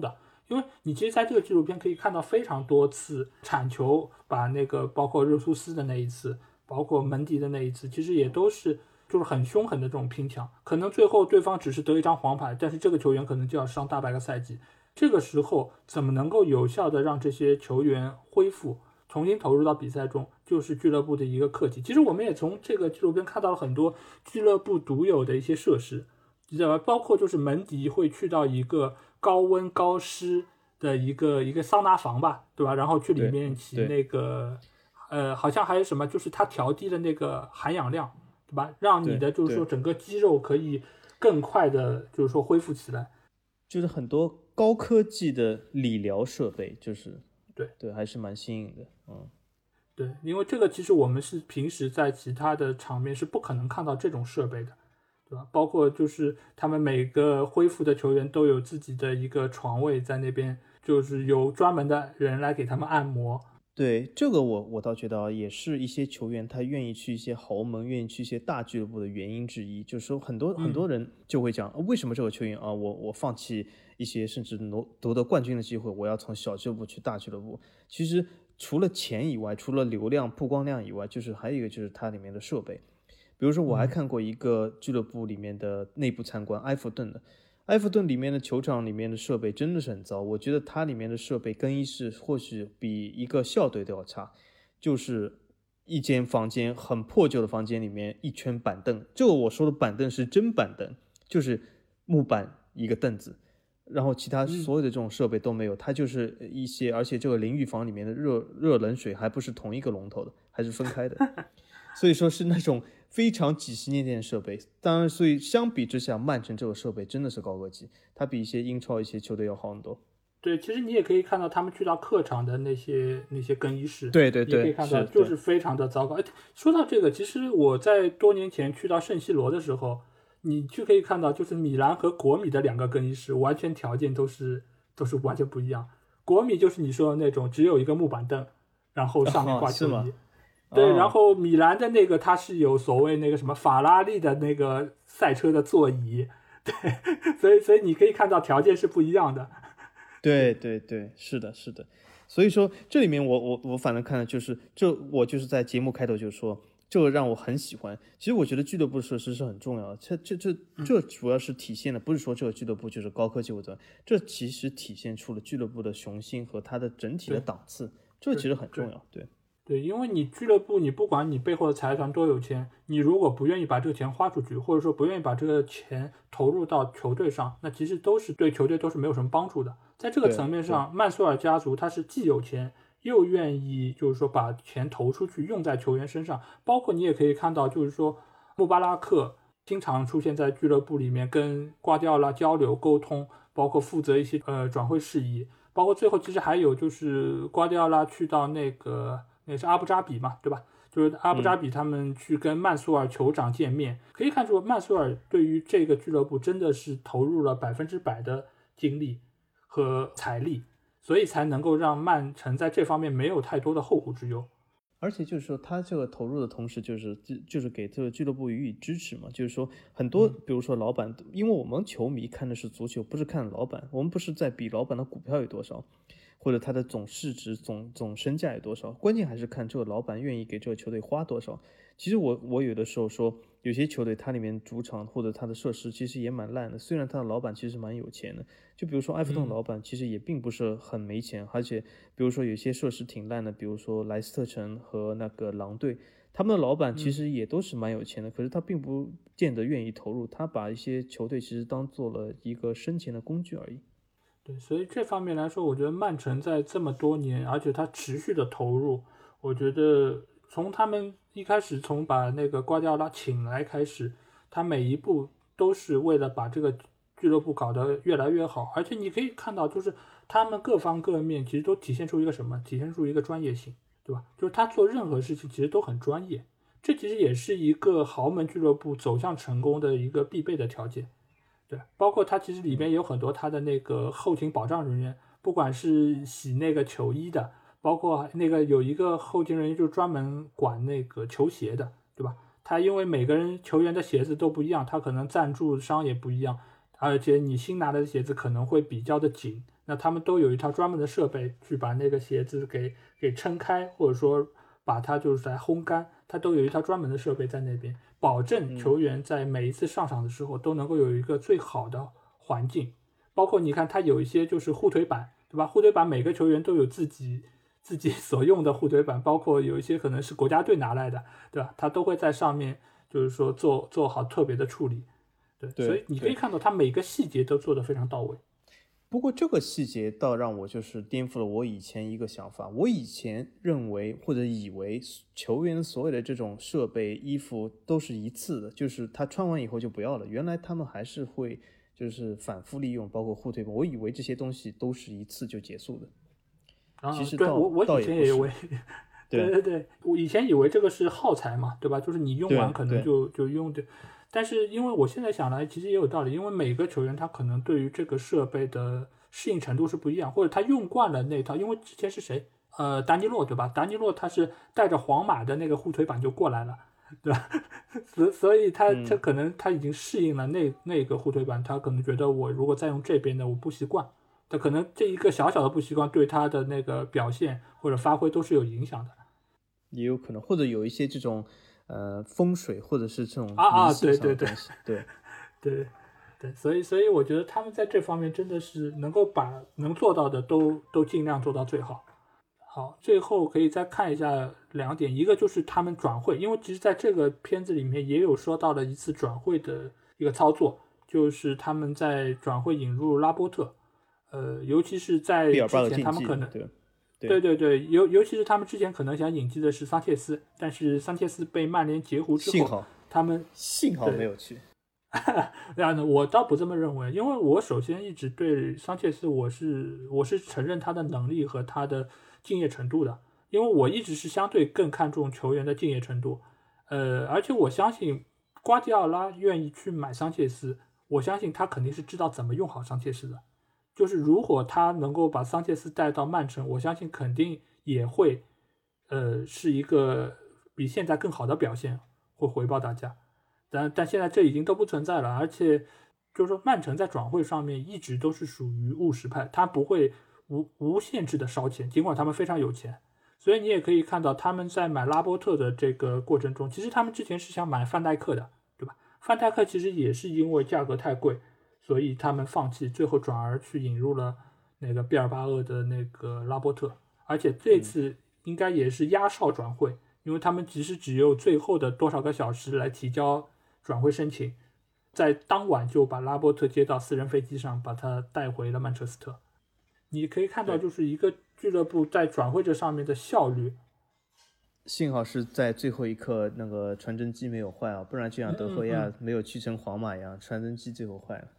因为你其实在这个纪录片可以看到非常多次铲球，把那个包括热苏斯的那一次，包括门迪的那一次，其实也都是就是很凶狠的这种拼抢，可能最后对方只是得一张黄牌，但是这个球员可能就要上大半个赛季。这个时候怎么能够有效的让这些球员恢复，重新投入到比赛中，就是俱乐部的一个课题。其实我们也从这个纪录片看到了很多俱乐部独有的一些设施，知道吧？包括就是门迪会去到一个高温高湿的一个桑拿房吧，对吧？然后去里面起那个好像还有什么，就是它调低了那个含氧量，对吧？让你的就是说整个肌肉可以更快的，就是说恢复起来。 就是很多高科技的理疗设备，就是对， 还是蛮新颖的。 对，因为这个其实我们是平时在其他的场面是不可能看到这种设备的，对吧？包括就是他们每个恢复的球员都有自己的一个床位在那边，就是有专门的人来给他们按摩。 对，这个我倒觉得也是一些球员他愿意去一些豪门，愿意去一些大俱乐部的原因之一。就是说很多人就会讲，为什么这个球员啊，我放弃一些甚至夺得冠军的机会，我要从小俱乐部去大俱乐部。其实除了钱以外，除了流量曝光量以外，就是还有一个就是它里面的设备。比如说我还看过一个俱乐部里面的内部参观，埃弗顿的。埃弗顿里面的球场里面的设备真的是很糟，我觉得它里面的设备更衣室或许比一个校队都要差，就是一间房间很破旧的房间里面一圈板凳，这个我说的板凳是真板凳，就是木板一个凳子，然后其他所有的这种设备都没有，它就是一些，而且这个淋浴房里面的热冷水还不是同一个龙头的，还是分开的，所以说是那种非常几十年前的设备。当然，所以相比之下，曼城这个设备真的是高科技，它比一些英超一些球队要好很多。 对，其实你也可以看到他们去到客场的那些更衣室， 对， 你可以看到就是非常的糟糕。说到这个，其实我在多年前去到圣西罗的时候，你就可以看到，就是米兰和国米的两个更衣室，完全条件都是完全不一样。国米就是你说的那种，只有一个木板凳，然后上面挂球衣。对，然后米兰的那个它是有所谓那个什么法拉利的那个赛车的座椅，对，所以你可以看到条件是不一样的。 对，是的，所以说这里面我反正看的就是我就是在节目开头就说这个让我很喜欢。其实我觉得俱乐部设施是很重要的，这主要是体现的不是说这个俱乐部就是高科技或者，这其实体现出了俱乐部的雄心和它的整体的档次，这其实很重要。 对，因为你俱乐部，你不管你背后的财团多有钱，你如果不愿意把这个钱花出去，或者说不愿意把这个钱投入到球队上，那其实都是对球队都是没有什么帮助的。在这个层面上，曼苏尔家族他是既有钱，又愿意就是说把钱投出去用在球员身上。包括你也可以看到，就是说穆巴拉克经常出现在俱乐部里面跟瓜迪奥拉交流沟通，包括负责一些转会事宜，包括最后其实还有就是瓜迪奥拉去到那是阿布扎比嘛，对吧？就是阿布扎比他们去跟曼苏尔酋长见面，可以看出曼苏尔对于这个俱乐部真的是投入了100%的精力和财力，所以才能够让曼城在这方面没有太多的后顾之忧。 而且就是说，他这个投入的同时，就是给这个俱乐部予以支持嘛。就是说，很多比如说老板，因为我们球迷看的是足球，不是看老板，我们不是在比老板的股票有多少，或者他的总市值、总身价有多少，关键还是看这个老板愿意给这个球队花多少。其实我有的时候说，有些球队它里面主场或者它的设施其实也蛮烂的，虽然他的老板其实蛮有钱的。就比如说埃弗顿老板其实也并不是很没钱，而且比如说有些设施挺烂的，比如说莱斯特城和那个狼队，他们的老板其实也都是蛮有钱的，可是他并不见得愿意投入，他把一些球队其实当做了一个生钱的工具而已。 对，所以这方面来说，我觉得曼城在这么多年，而且他持续的投入，我觉得从他们一开始从把那个瓜迪奥拉请来开始，他每一步都是为了把这个俱乐部搞得越来越好。而且你可以看到，就是他们各方各面其实都体现出一个什么？体现出一个专业性，对吧？就是他做任何事情其实都很专业，这其实也是一个豪门俱乐部走向成功的一个必备的条件。对，包括他其实里边有很多他的那个后勤保障人员，不管是洗那个球衣的，包括那个有一个后勤人员就专门管那个球鞋的，对吧？他因为每个人球员的鞋子都不一样，他可能赞助商也不一样，而且你新拿的鞋子可能会比较的紧， 那他们都有一套专门的设备去把那个鞋子给撑开，或者说把它就是来烘干，它都有一套专门的设备在那边，保证球员在每一次上场的时候都能够有一个最好的环境。包括你看，它有一些就是护腿板，对吧？护腿板每个球员都有自己所用的护腿板，包括有一些可能是国家队拿来的，对吧？它都会在上面就是说做好特别的处理。对，所以你可以看到它每个细节都做得非常到位。 不过这个细节倒让我就是颠覆了我以前一个想法。我以前认为或者以为球员所有的这种设备衣服都是一次的，就是他穿完以后就不要了。原来他们还是会就是反复利用，包括护腿板。我以为这些东西都是一次就结束的。其实对我以前也以为，对，我以前以为这个是耗材嘛，对吧？就是你用完可能就用的。但是因为我现在想来，其实也有道理，因为每个球员他可能对于这个设备的适应程度是不一样，或者他用惯了那套。因为之前是谁？达尼洛对吧？达尼洛他是带着皇马的那个护腿板就过来了，对吧？所以他可能他已经适应了那个护腿板，他可能觉得我如果再用这边的我不习惯，他可能这一个小小的不习惯对他的那个表现或者发挥都是有影响的。 也有可能，或者有一些这种风水或者是这种迷信上的东西， 对，所以我觉得他们在这方面真的是能够把能做到的都尽量做到最好。好，最后可以再看一下2点，一个就是他们转会，因为其实在这个片子里面也有说到了一次转会的一个操作，就是他们在转会引入拉波特，尤其是在之前他们可能对，尤其是他们之前可能想引进的是桑切斯，但是桑切斯被曼联截胡之后，他们幸好没有去。 然后我倒不这么认为，因为我首先一直对桑切斯我是承认他的能力和他的敬业程度的，因为我一直是相对更看重球员的敬业程度，而且我相信瓜迪奥拉愿意去买桑切斯，我相信他肯定是知道怎么用好桑切斯的。就是如果他能够把桑切斯带到曼城，我相信肯定也会，是一个比现在更好的表现，会回报大家。但现在这已经都不存在了，而且就是说曼城在转会上面一直都是属于务实派，他不会无限制的烧钱，尽管他们非常有钱。所以你也可以看到他们在买拉波特的这个过程中，其实他们之前是想买范戴克的，对吧？范戴克其实也是因为价格太贵，所以他们放弃，最后转而去引入了那个毕尔巴鄂的那个拉波特，而且这次应该也是压哨转会，因为他们其实只有最后的多少个小时来提交转会申请，在当晚就把拉波特接到私人飞机上，把他带回了曼彻斯特。你可以看到，就是一个俱乐部在转会这上面的效率。 幸好是在最后一刻那个传真机没有坏啊，不然就像德赫亚没有去成皇马一样，传真机最后坏了。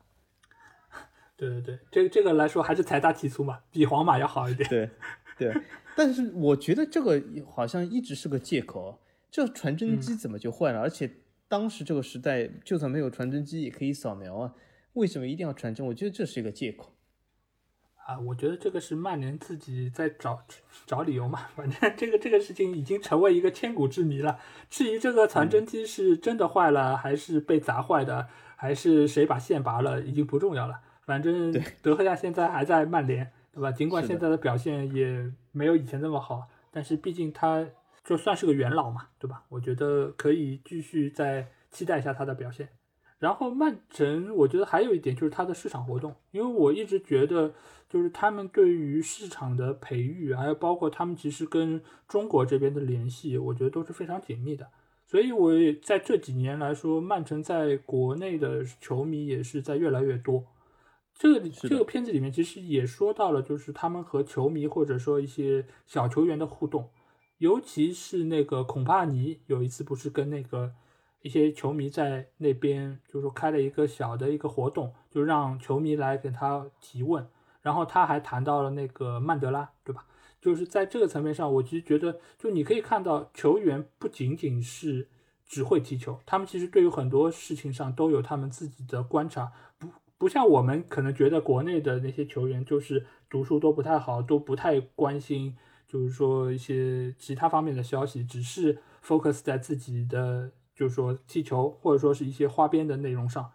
对，这个来说还是财大气粗嘛，比皇马要好一点。 对，但是我觉得这个好像一直是个借口，这传真机怎么就坏了？而且当时这个时代，就算没有传真机也可以扫描啊，为什么一定要传真？我觉得这是一个借口。 我觉得这个是曼联自己在找理由嘛，反正这个事情已经成为一个千古之谜了。至于这个传真机是真的坏了，还是被砸坏的，还是谁把线拔了，已经不重要了。反正德赫亚现在还在曼联，对吧？尽管现在的表现也没有以前那么好，但是毕竟他就算是个元老嘛，对吧？我觉得可以继续再期待一下他的表现。然后曼城，我觉得还有一点就是它的市场活动，因为我一直觉得，就是他们对于市场的培育，还有包括他们其实跟中国这边的联系，我觉得都是非常紧密的。所以我也在这几年来说，曼城在国内的球迷也是在越来越多。这个片子里面其实也说到了，就是他们和球迷或者说一些小球员的互动，尤其是那个孔帕尼有一次不是跟那个一些球迷在那边就是说开了一个小的一个活动，就让球迷来给他提问，然后他还谈到了那个曼德拉，对吧？就是在这个层面上，我其实觉得，就你可以看到球员不仅仅是只会踢球，他们其实对于很多事情上都有他们自己的观察，不像我们可能觉得国内的那些球员就是读书都不太好，都不太关心，就是说一些其他方面的消息，只是 focus 在自己的就是说踢球或者说是一些花边的内容上。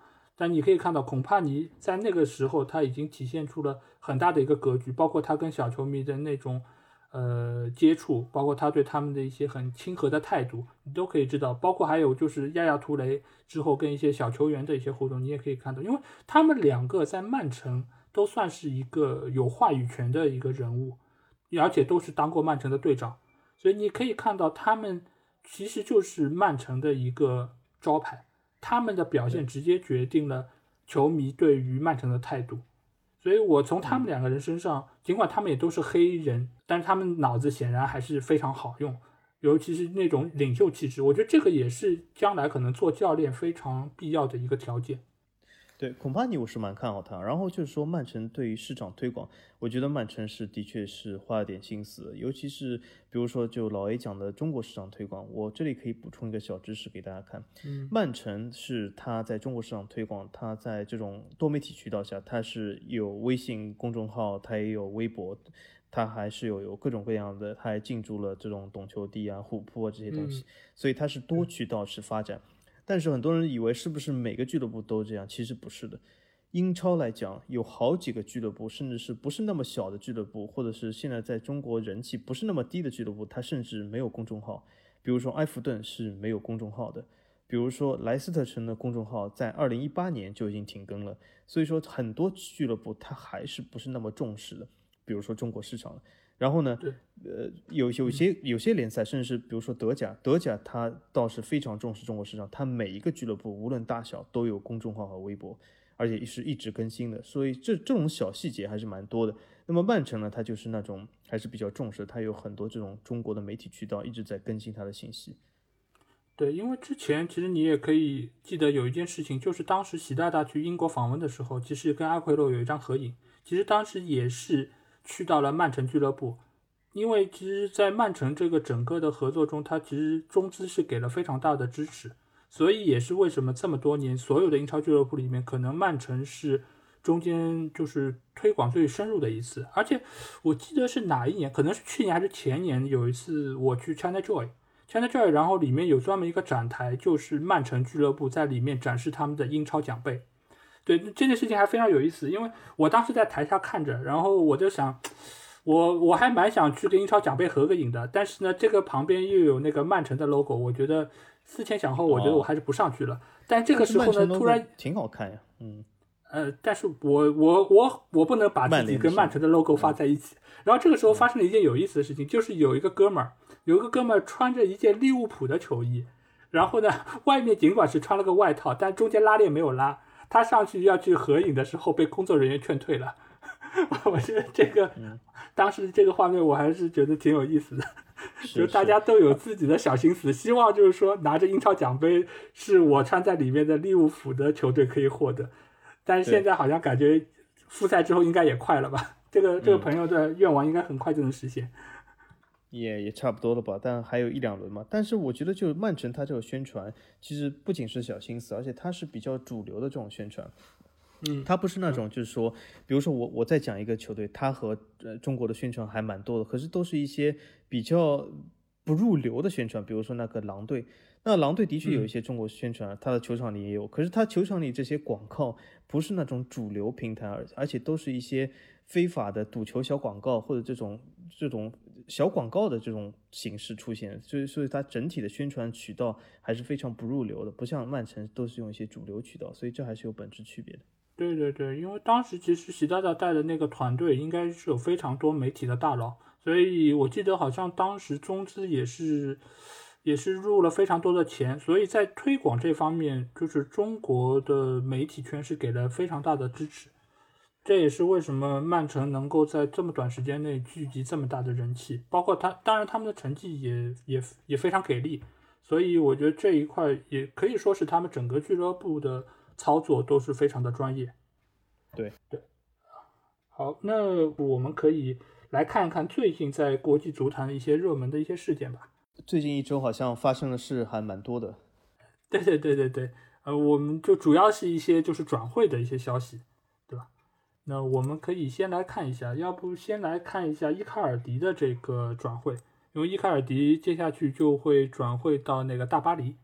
但你可以看到孔帕尼在那个时候他已经体现出了很大的一个格局，包括他跟小球迷的那种接触，包括他对他们的一些很亲和的态度，你都可以知道。包括还有就是亚亚图雷之后跟一些小球员的一些互动，你也可以看到，因为他们两个在曼城都算是一个有话语权的一个人物，而且都是当过曼城的队长，所以你可以看到他们其实就是曼城的一个招牌，他们的表现直接决定了球迷对于曼城的态度。所以我从他们两个人身上，尽管他们也都是黑人，但是他们脑子显然还是非常好用，尤其是那种领袖气质，我觉得这个也是将来可能做教练非常必要的一个条件。 对，孔帕尼我是蛮看好他。然后就是说，曼城对于市场推广，我觉得曼城是的确是花了点心思，尤其是比如说就老 A 讲的中国市场推广，我这里可以补充一个小知识给大家看。曼城是他在中国市场推广，他在这种多媒体渠道下，他是有微信公众号，他也有微博，他还是有各种各样的，他还进驻了这种懂球帝啊、虎扑啊这些东西，所以他是多渠道式发展。但是很多人以为是不是每个俱乐部都这样，其实不是的。英超来讲，有好几个俱乐部，甚至是不是那么小的俱乐部，或者是现在在中国人气不是那么低的俱乐部，它甚至没有公众号。比如说埃弗顿是没有公众号的，比如说莱斯特城的公众号在2018年就已经停更了。所以说很多俱乐部它还是不是那么重视的，比如说中国市场。然后呢，有些联赛，甚至是比如说德甲它倒是非常重视中国市场，它每一个俱乐部无论大小都有公众号和微博，而且是一直更新的，所以这种小细节还是蛮多的。那么曼城呢，它就是那种还是比较重视，它有很多这种中国的媒体渠道一直在更新它的信息。 对，因为之前其实你也可以记得有一件事情，就是当时习大大去英国访问的时候，其实跟阿奎罗有一张合影，其实当时也是去到了曼城俱乐部，因为其实，在曼城这个整个的合作中，他其实中资是给了非常大的支持，所以也是为什么这么多年所有的英超俱乐部里面，可能曼城是中间就是推广最深入的一次。而且我记得是哪一年，可能是去年还是前年，有一次我去 ChinaJoy，然后里面有专门一个展台，就是曼城俱乐部在里面展示他们的英超奖杯。对，这件事情还非常有意思，因为我当时在台下看着，然后我就想。我还蛮想去跟英超奖杯合个影的，但是呢，这个旁边又有那个曼城的 logo，我觉得思前想后，我觉得我还是不上去了。但这个时候呢，突然挺好看呀， 但是我不能把自己跟曼城的 logo 发在一起。然后这个时候发生了一件有意思的事情，就是有一个哥们儿穿着一件利物浦的球衣，然后呢，外面尽管是穿了个外套，但中间拉链没有拉。他上去要去合影的时候，被工作人员劝退了。我觉得这个，当时这个画面我还是觉得挺有意思的，就大家都有自己的小心思，希望就是说拿着英超奖杯是我穿在里面的利物浦的球队可以获得，但是现在好像感觉复赛之后应该也快了吧？这个朋友的愿望应该很快就能实现。 也差不多了吧，但还有一两轮嘛。但是我觉得，就曼城他这个宣传，其实不仅是小心思，而且他是比较主流的这种宣传。他不是那种就是说，比如说我再讲一个球队，他和中国的宣传还蛮多的，可是都是一些比较不入流的宣传，比如说那个狼队。那狼队的确有一些中国宣传，他的球场里也有，可是他球场里这些广告不是那种主流平台，而且都是一些非法的赌球小广告或者这种小广告的这种形式出现，所以它整体的宣传渠道还是非常不入流的，不像曼城都是用一些主流渠道，所以这还是有本质区别的。 对对对，因为当时其实习大大带的那个团队应该是有非常多媒体的大佬，所以我记得好像当时中资也是入了非常多的钱，所以在推广这方面，就是中国的媒体圈是给了非常大的支持。这也是为什么曼城能够在这么短时间内聚集这么大的人气，包括当然他们的成绩也非常给力，所以我觉得这一块也可以说是他们整个俱乐部的操作都是非常的专业。 对， 好，那我们可以来看一看最近在国际足坛的一些热门的一些事件吧。 最近一周好像发生的事还蛮多的。 对，我们就主要是一些就是转会的一些消息，对吧？那我们可以先来看一下，要不先来看一下伊卡尔迪的这个转会，因为伊卡尔迪接下去就会转会到那个大巴黎，对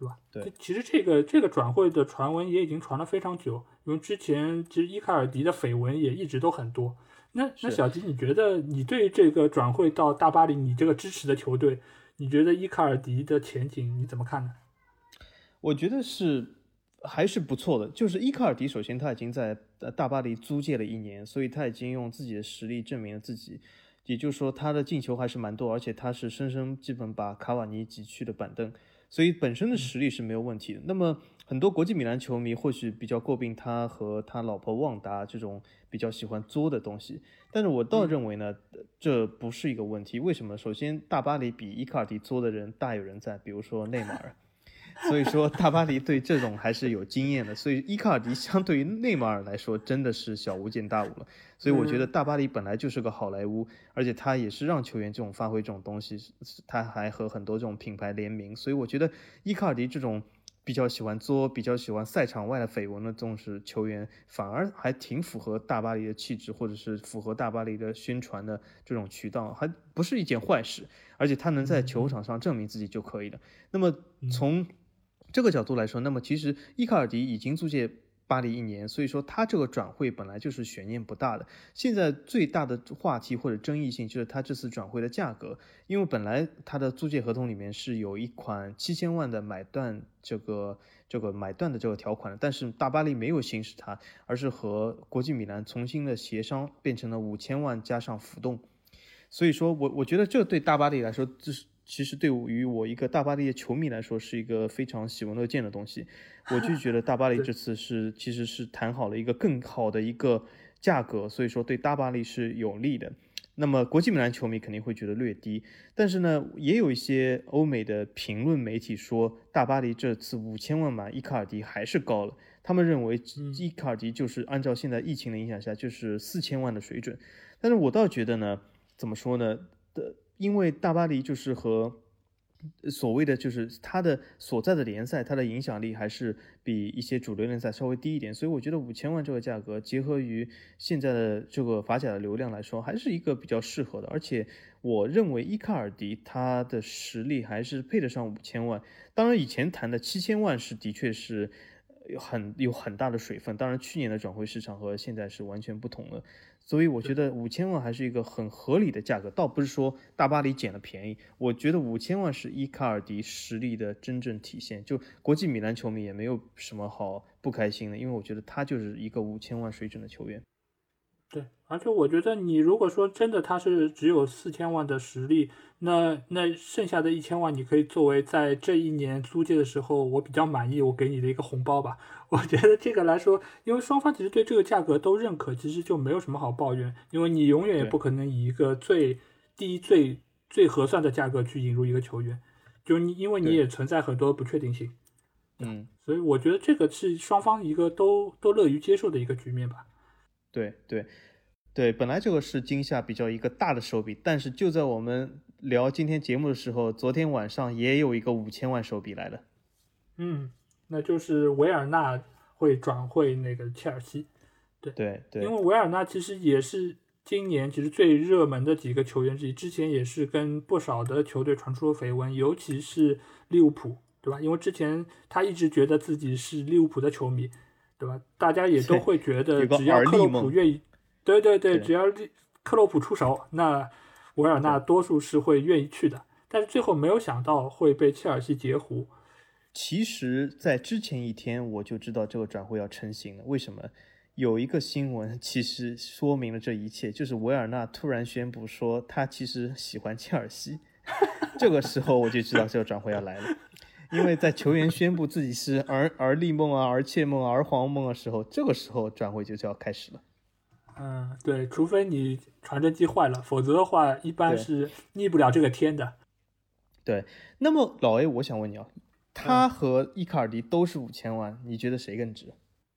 对吧？ 对， 其实这个转会的传闻也已经传了非常久，因为之前其实伊卡尔迪的绯闻也一直都很多。那小吉，你觉得你对这个转会到大巴黎，你这个支持的球队，你觉得伊卡尔迪的前景你怎么看呢？ 我觉得还是不错的。就是伊卡尔迪，首先他已经在大巴黎租借了1年，所以他已经用自己的实力证明了自己。也就是说，他的进球还是蛮多，而且他是生生基本把卡瓦尼挤去了板凳，所以本身的实力是没有问题的。那么很多国际米兰球迷或许比较诟病他和他老婆旺达这种比较喜欢作的东西，但是我倒认为呢，这不是一个问题。为什么？首先，大巴黎比伊卡尔迪作的人大有人在，比如说内马尔。所以说，大巴黎对这种还是有经验的，所以伊卡尔迪相对于内马尔来说，真的是小巫见大巫了。所以我觉得大巴黎本来就是个好莱坞，而且他也是让球员这种发挥这种东西，他还和很多这种品牌联名，所以我觉得伊卡尔迪这种比较喜欢作、比较喜欢赛场外的绯闻的这种球员，反而还挺符合大巴黎的气质，或者是符合大巴黎的宣传的这种渠道，还不是一件坏事。而且他能在球场上证明自己就可以了。那么从这个角度来说，那么其实伊卡尔迪已经租借巴黎1年，所以说他这个转会本来就是悬念不大的。现在最大的话题或者争议性就是他这次转会的价格，因为本来他的租借合同里面是有一款7000万的买断这个买断的这个条款的，但是大巴黎没有行使它，而是和国际米兰重新的协商，变成了5000万加上浮动。所以说我觉得这对大巴黎来说，其实对于我一个大巴黎的球迷来说，是一个非常喜闻乐见的东西。我就觉得大巴黎这次其实是谈好了一个更好的一个价格，所以说对大巴黎是有利的。那么国际米兰球迷肯定会觉得略低，但是呢，也有一些欧美的评论媒体说，大巴黎这次5000万买伊卡尔迪还是高了。他们认为伊卡尔迪就是按照现在疫情的影响下，就是4000万的水准。但是我倒觉得呢，怎么说呢？因为大巴黎就是和所谓的就是他的所在的联赛，他的影响力还是比一些主流联赛稍微低一点，所以我觉得5000万这个价格，结合于现在的这个法甲的流量来说，还是一个比较适合的。而且我认为伊卡尔迪他的实力还是配得上5000万。当然，以前谈的7000万是的确是有很大的水分，当然去年的转会市场和现在是完全不同的。所以我觉得5000万还是一个很合理的价格，倒不是说大巴黎捡了便宜。我觉得5000万是伊卡尔迪实力的真正体现，就国际米兰球迷也没有什么好不开心的，因为我觉得他就是一个5000万水准的球员。 对，而且我觉得你如果说真的他是只有4000万的实力，那剩下的1000万你可以作为在这一年租借的时候我比较满意，我给你的一个红包吧。我觉得这个来说，因为双方其实对这个价格都认可，其实就没有什么好抱怨，因为你永远也不可能以一个最低最合算的价格去引入一个球员，就因为你也存在很多不确定性。所以我觉得这个是双方一个都乐于接受的一个局面吧。 对，本来这个是今夏比较一个大的手笔，但是就在我们聊今天节目的时候，昨天晚上也有一个5000万手笔来了。 那就是维尔纳会转会那个切尔西。 对， 因为维尔纳其实也是今年其实最热门的几个球员之一，之前也是跟不少的球队传出了绯闻，尤其是利物浦，对吧？因为之前他一直觉得自己是利物浦的球迷，对吧？大家也都会觉得只要克洛普愿意，对，只要克洛普出手，那维尔纳多数是会愿意去的。但是最后没有想到会被切尔西截胡。 其实在之前一天我就知道这个转会要成型了，为什么？有一个新闻其实说明了这一切，就是维尔纳突然宣布说他其实喜欢切尔西。这个时候我就知道这个转会要来了，因为在球员宣布自己是儿立梦啊、儿妾梦啊、儿皇梦的时候，这个时候转会就要开始了。 对，除非你传真机坏了，否则的话一般是逆不了这个天的。 对，那么老 A， 我想问你啊，他和伊卡尔迪都是5000万，你觉得谁更值？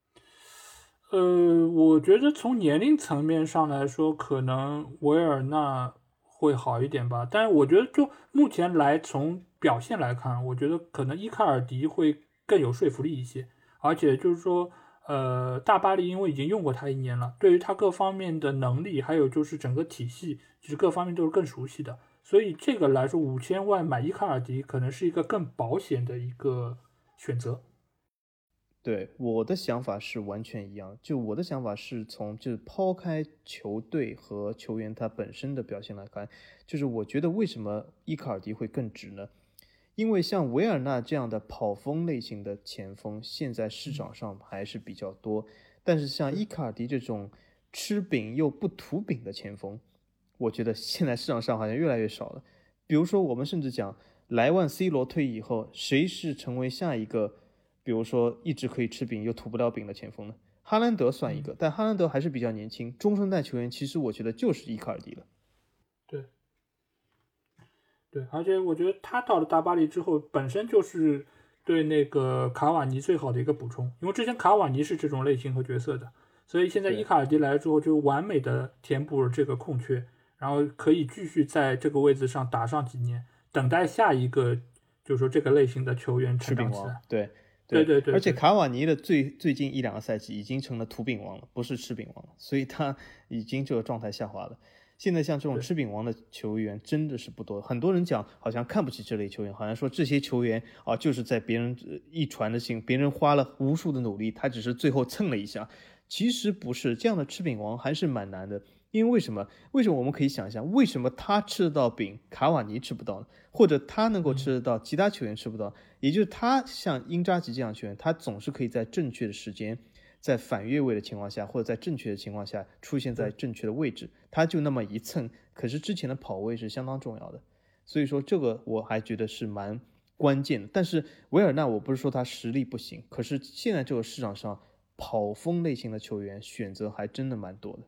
我觉得从年龄层面上来说，可能维尔纳会好一点吧。但是我觉得就目前从表现来看，我觉得可能伊卡尔迪会更有说服力一些。而且就是说，大巴黎因为已经用过他1年了，对于他各方面的能力，还有就是整个体系，其实各方面都是更熟悉的。所以这个来说，5000万买伊卡尔迪可能是一个更保险的一个选择。 对，我的想法是完全一样，就我的想法是就是抛开球队和球员他本身的表现来看，就是我觉得为什么伊卡尔迪会更值呢？因为像维尔纳这样的跑锋类型的前锋，现在市场上还是比较多，但是像伊卡尔迪这种吃饼又不吐饼的前锋，我觉得现在市场上好像越来越少了。比如说，我们甚至讲莱万、C 罗退役以后，谁是成为下一个？比如说一直可以吃饼又吐不了饼的前锋呢？哈兰德算一个，但哈兰德还是比较年轻，中生代球员其实我觉得就是伊卡尔迪了。 对，对，而且我觉得他到了大巴黎之后，本身就是对那个卡瓦尼最好的一个补充，因为之前卡瓦尼是这种类型和角色的，所以现在伊卡尔迪来了之后，就完美的填补了这个空缺，然后可以继续在这个位置上打上几年，等待下一个就是说这个类型的球员成长起来。对， 而且卡瓦尼的最近1-2个赛季已经成了土饼王了，不是吃饼王了，所以他已经这个状态下滑了。现在像这种吃饼王的球员真的是不多，很多人讲好像看不起这类球员，好像说这些球员啊就是在别人一传的心，别人花了无数的努力，他只是最后蹭了一下。其实不是，这样的吃饼王还是蛮难的。因为为什么我们可以想象，为什么他吃得到饼，卡瓦尼吃不到呢？或者他能够吃得到，其他球员吃不到？也就是他像英扎吉这样的球员，他总是可以在正确的时间，在反越位的情况下，或者在正确的情况下出现在正确的位置，他就那么一蹭。可是之前的跑位是相当重要的，所以说这个我还觉得是蛮关键的。但是维尔纳，我不是说他实力不行，可是现在这个市场上跑锋类型的球员选择还真的蛮多的。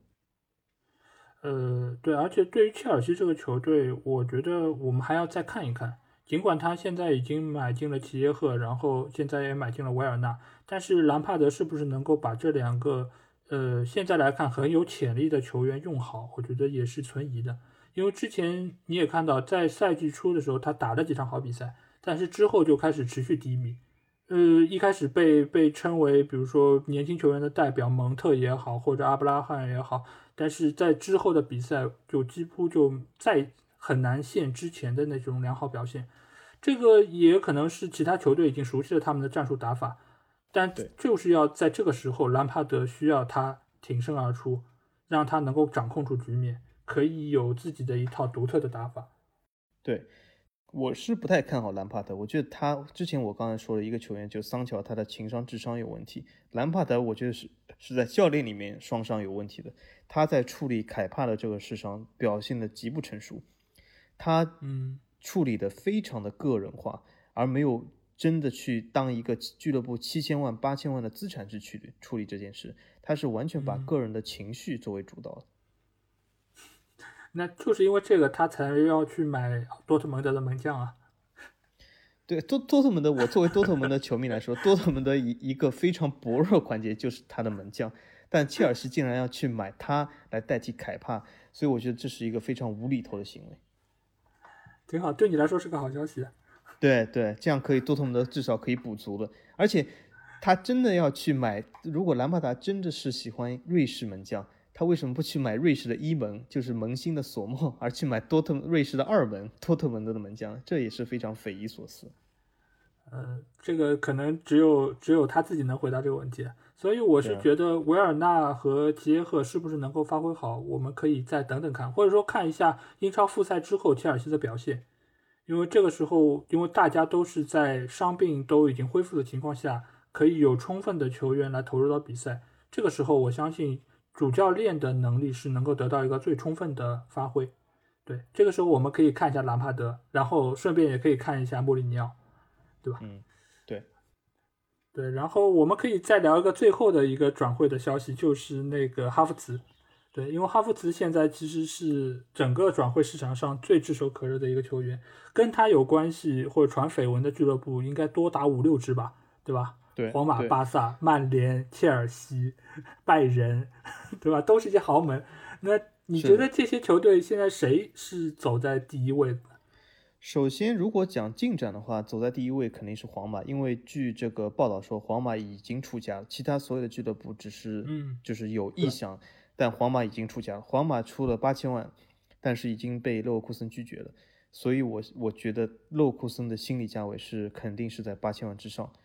对，而且对于切尔西这个球队，我觉得我们还要再看一看。尽管他现在已经买进了齐耶赫，然后现在也买进了维尔纳，但是兰帕德是不是能够把这两个现在来看很有潜力的球员用好，我觉得也是存疑的。因为之前你也看到，在赛季初的时候他打了几场好比赛，但是之后就开始持续低迷。一开始被称为比如说年轻球员的代表蒙特也好，或者阿布拉罕也好，但是在之后的比赛就几乎就再很难现之前的那种良好表现。这个也可能是其他球队已经熟悉了他们的战术打法，但就是要在这个时候，兰帕德需要他挺身而出，让他能够掌控住局面，可以有自己的一套独特的打法。 对，我是不太看好兰帕德，我觉得他之前我刚才说的一个球员就桑乔，他的情商智商有问题。兰帕德我觉得是在教练里面双商有问题的，他在处理凯帕的这个事上表现的极不成熟，他处理的非常的个人化，而没有真的去当一个俱乐部7000万8000万的资产去处理这件事，他是完全把个人的情绪作为主导的。 那就是因为这个，他才要去买多特蒙德的门将啊。 对，多特蒙德，我作为多特蒙德球迷来说，多特蒙德一个非常薄弱环节就是他的门将，但切尔西竟然要去买他来代替凯帕，所以我觉得这是一个非常无厘头的行为。 挺好，对你来说是个好消息。 对，这样可以多特蒙德至少可以补足了，而且他真的要去买，如果兰帕达真的是喜欢瑞士门将，他为什么不去买瑞士的一门，就是门兴的索莫，而去买瑞士的二门多特蒙德的门将？这也是非常匪夷所思。 这个可能只有他自己能回答这个问题，所以我是觉得维尔纳和齐耶赫是不是能够发挥好，我们可以再等等看，或者说看一下英超复赛之后切尔西的表现，因为这个时候，因为大家都是在伤病都已经恢复的情况下，可以有充分的球员来投入到比赛，这个时候我相信主教练的能力是能够得到一个最充分的发挥。对，这个时候我们可以看一下兰帕德，然后顺便也可以看一下穆里尼奥，对吧？对，然后我们可以再聊一个最后的一个转会的消息，就是那个哈弗茨。对，因为哈弗茨现在其实是整个转会市场上最炙手可热的一个球员，跟他有关系或者传绯闻的俱乐部应该多达5-6支吧，对吧？ 对， 皇马、巴萨、曼联、切尔西、拜仁，对吧？都是一些豪门。那你觉得这些球队现在谁是走在第一位的？ 首先，如果讲进展的话，走在第一位肯定是皇马，因为据这个报道说，皇马已经出价了，其他所有的俱乐部只是就是有意向，但皇马已经出价了。皇马出了8000万，但是已经被勒沃库森拒绝了，所以我觉得勒沃库森的心理价位是肯定是在8000万之上。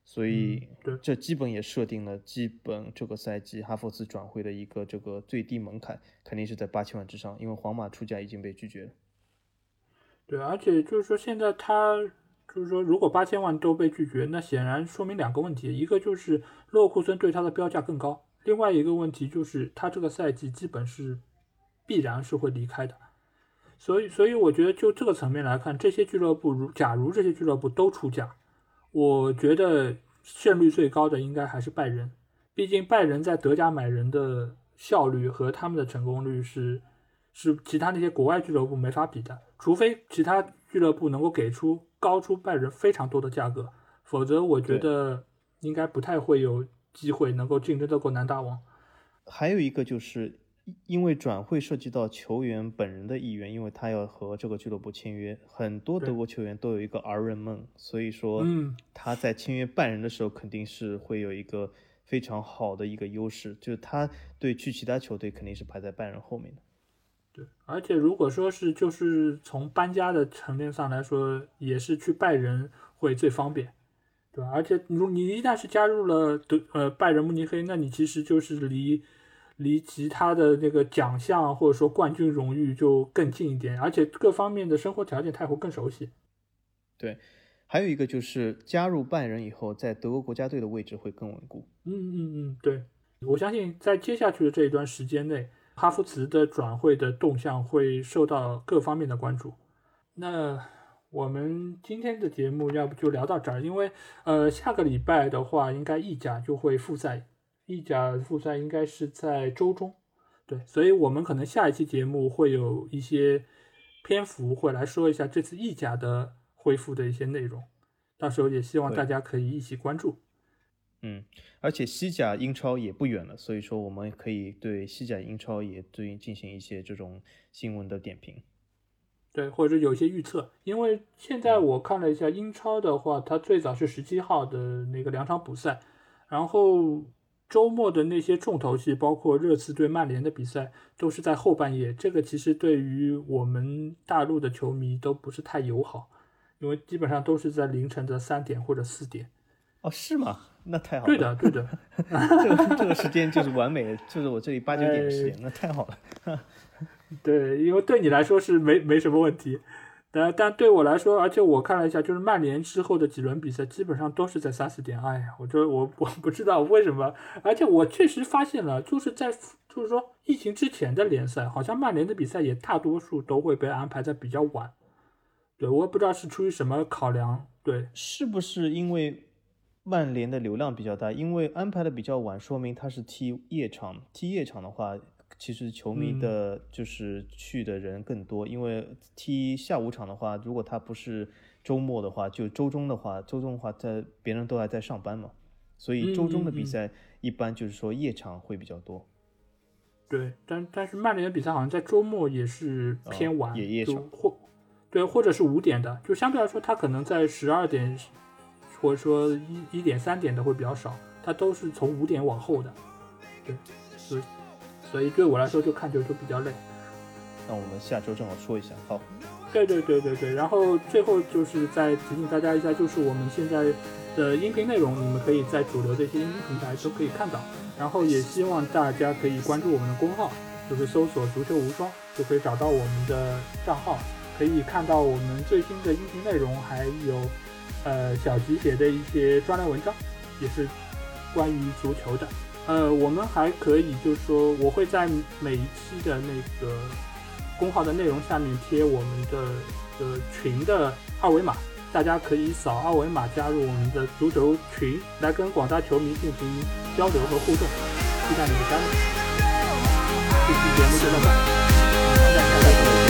所以对， 这基本也设定了基本这个赛季哈弗茨转会的一个这个最低门槛，肯定是在8000万之上，因为皇马出价已经被拒绝了。 对，而且就是说现在他就是说如果8000万都被拒绝，那显然说明两个问题，一个就是勒沃库森对他的标价更高，另外一个问题就是他这个赛季基本是必然是会离开的。所以我觉得就这个层面来看，这些俱乐部假如这些俱乐部都出价，我觉得胜率最高的应该还是拜仁，毕竟拜仁在德甲买人的效率和他们的成功率是其他那些国外俱乐部没法比的，除非其他俱乐部能够给出高出拜仁非常多的价格，否则我觉得应该不太会有机会能够竞争得过南大王。 还有一个就是因为转会涉及到球员本人的意愿，因为他要和这个俱乐部签约，很多德国球员都有一个儿人梦，所以说他在签约拜仁的时候肯定是会有一个非常好的一个优势，就是他对去其他球队肯定是排在拜仁后面的。 对，而且如果说是就是从搬家的层面上来说，也是去拜仁会最方便，对吧？而且你一旦是加入了拜仁慕尼黑，那你其实就是离其他的那个奖项或者说冠军荣誉就更近一点，而且各方面的生活条件他也会更熟悉。 对，还有一个就是加入拜仁以后，在德国国家队的位置会更稳固。 对，我相信在接下去的这一段时间内，哈弗茨的转会的动向会受到各方面的关注。那我们今天的节目要不就聊到这儿，因为下个礼拜的话，应该意甲就会复赛。意甲复赛应该是在周中，对，所以我们可能下一期节目会有一些篇幅会来说一下这次意甲的恢复的一些内容，到时候也希望大家可以一起关注。 而且西甲英超也不远了，所以说我们可以对西甲英超也进行一些这种新闻的点评， 对，或者有一些预测，因为现在我看了一下英超的话，它最早是17号的那个2场补赛，然后周末的那些重头戏，包括热刺对曼联的比赛，都是在后半夜。这个其实对于我们大陆的球迷都不是太友好，因为基本上都是在凌晨的3点或者4点。 哦，是吗？那太好了。 对的。 这个时间就是完美，就是我这里8、9点的时间，那太好了。 对，因为对你来说是没什么问题。但对我来说，而且我看了一下，就是曼联之后的几轮比赛基本上都是在3、4点。哎呀，我不知道为什么，而且我确实发现了，就是说疫情之前的联赛，好像曼联的比赛也大多数都会被安排在比较晚。对，我也不知道是出于什么考量。对， 是不是因为曼联的流量比较大？因为安排的比较晚，说明他是踢夜场。踢夜场的话，其实球迷的就是去的人更多，因为踢下午场的话，如果他不是周末的话，就周中的话在别人都还在上班嘛，所以周中的比赛一般就是说夜场会比较多。 对，但是曼联的比赛好像在周末也是偏晚， 也夜场， 或者是5点的，就相对来说，他可能在12点或者说1点3点的会比较少，他都是从5点往后的。对，所以对我来说就看球就比较累。 那我们下周正好说一下。好， 对，然后最后就是再提醒大家一下，就是我们现在的音频内容，你们可以在主流的一些音频平台都可以看到，然后也希望大家可以关注我们的公号，就是搜索足球无双就可以找到我们的账号，可以看到我们最新的音频内容，还有小吉写的一些专栏文章，也是关于足球的。我们还可以就是说，我会在每一期的那个公号的内容下面贴我们的群的二维码，大家可以扫二维码加入我们的足球群，来跟广大球迷进行交流和互动，期待你的加入。这期节目就到这儿，大家再见。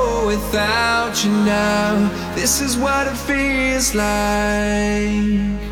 Without you now, this is what it feels like.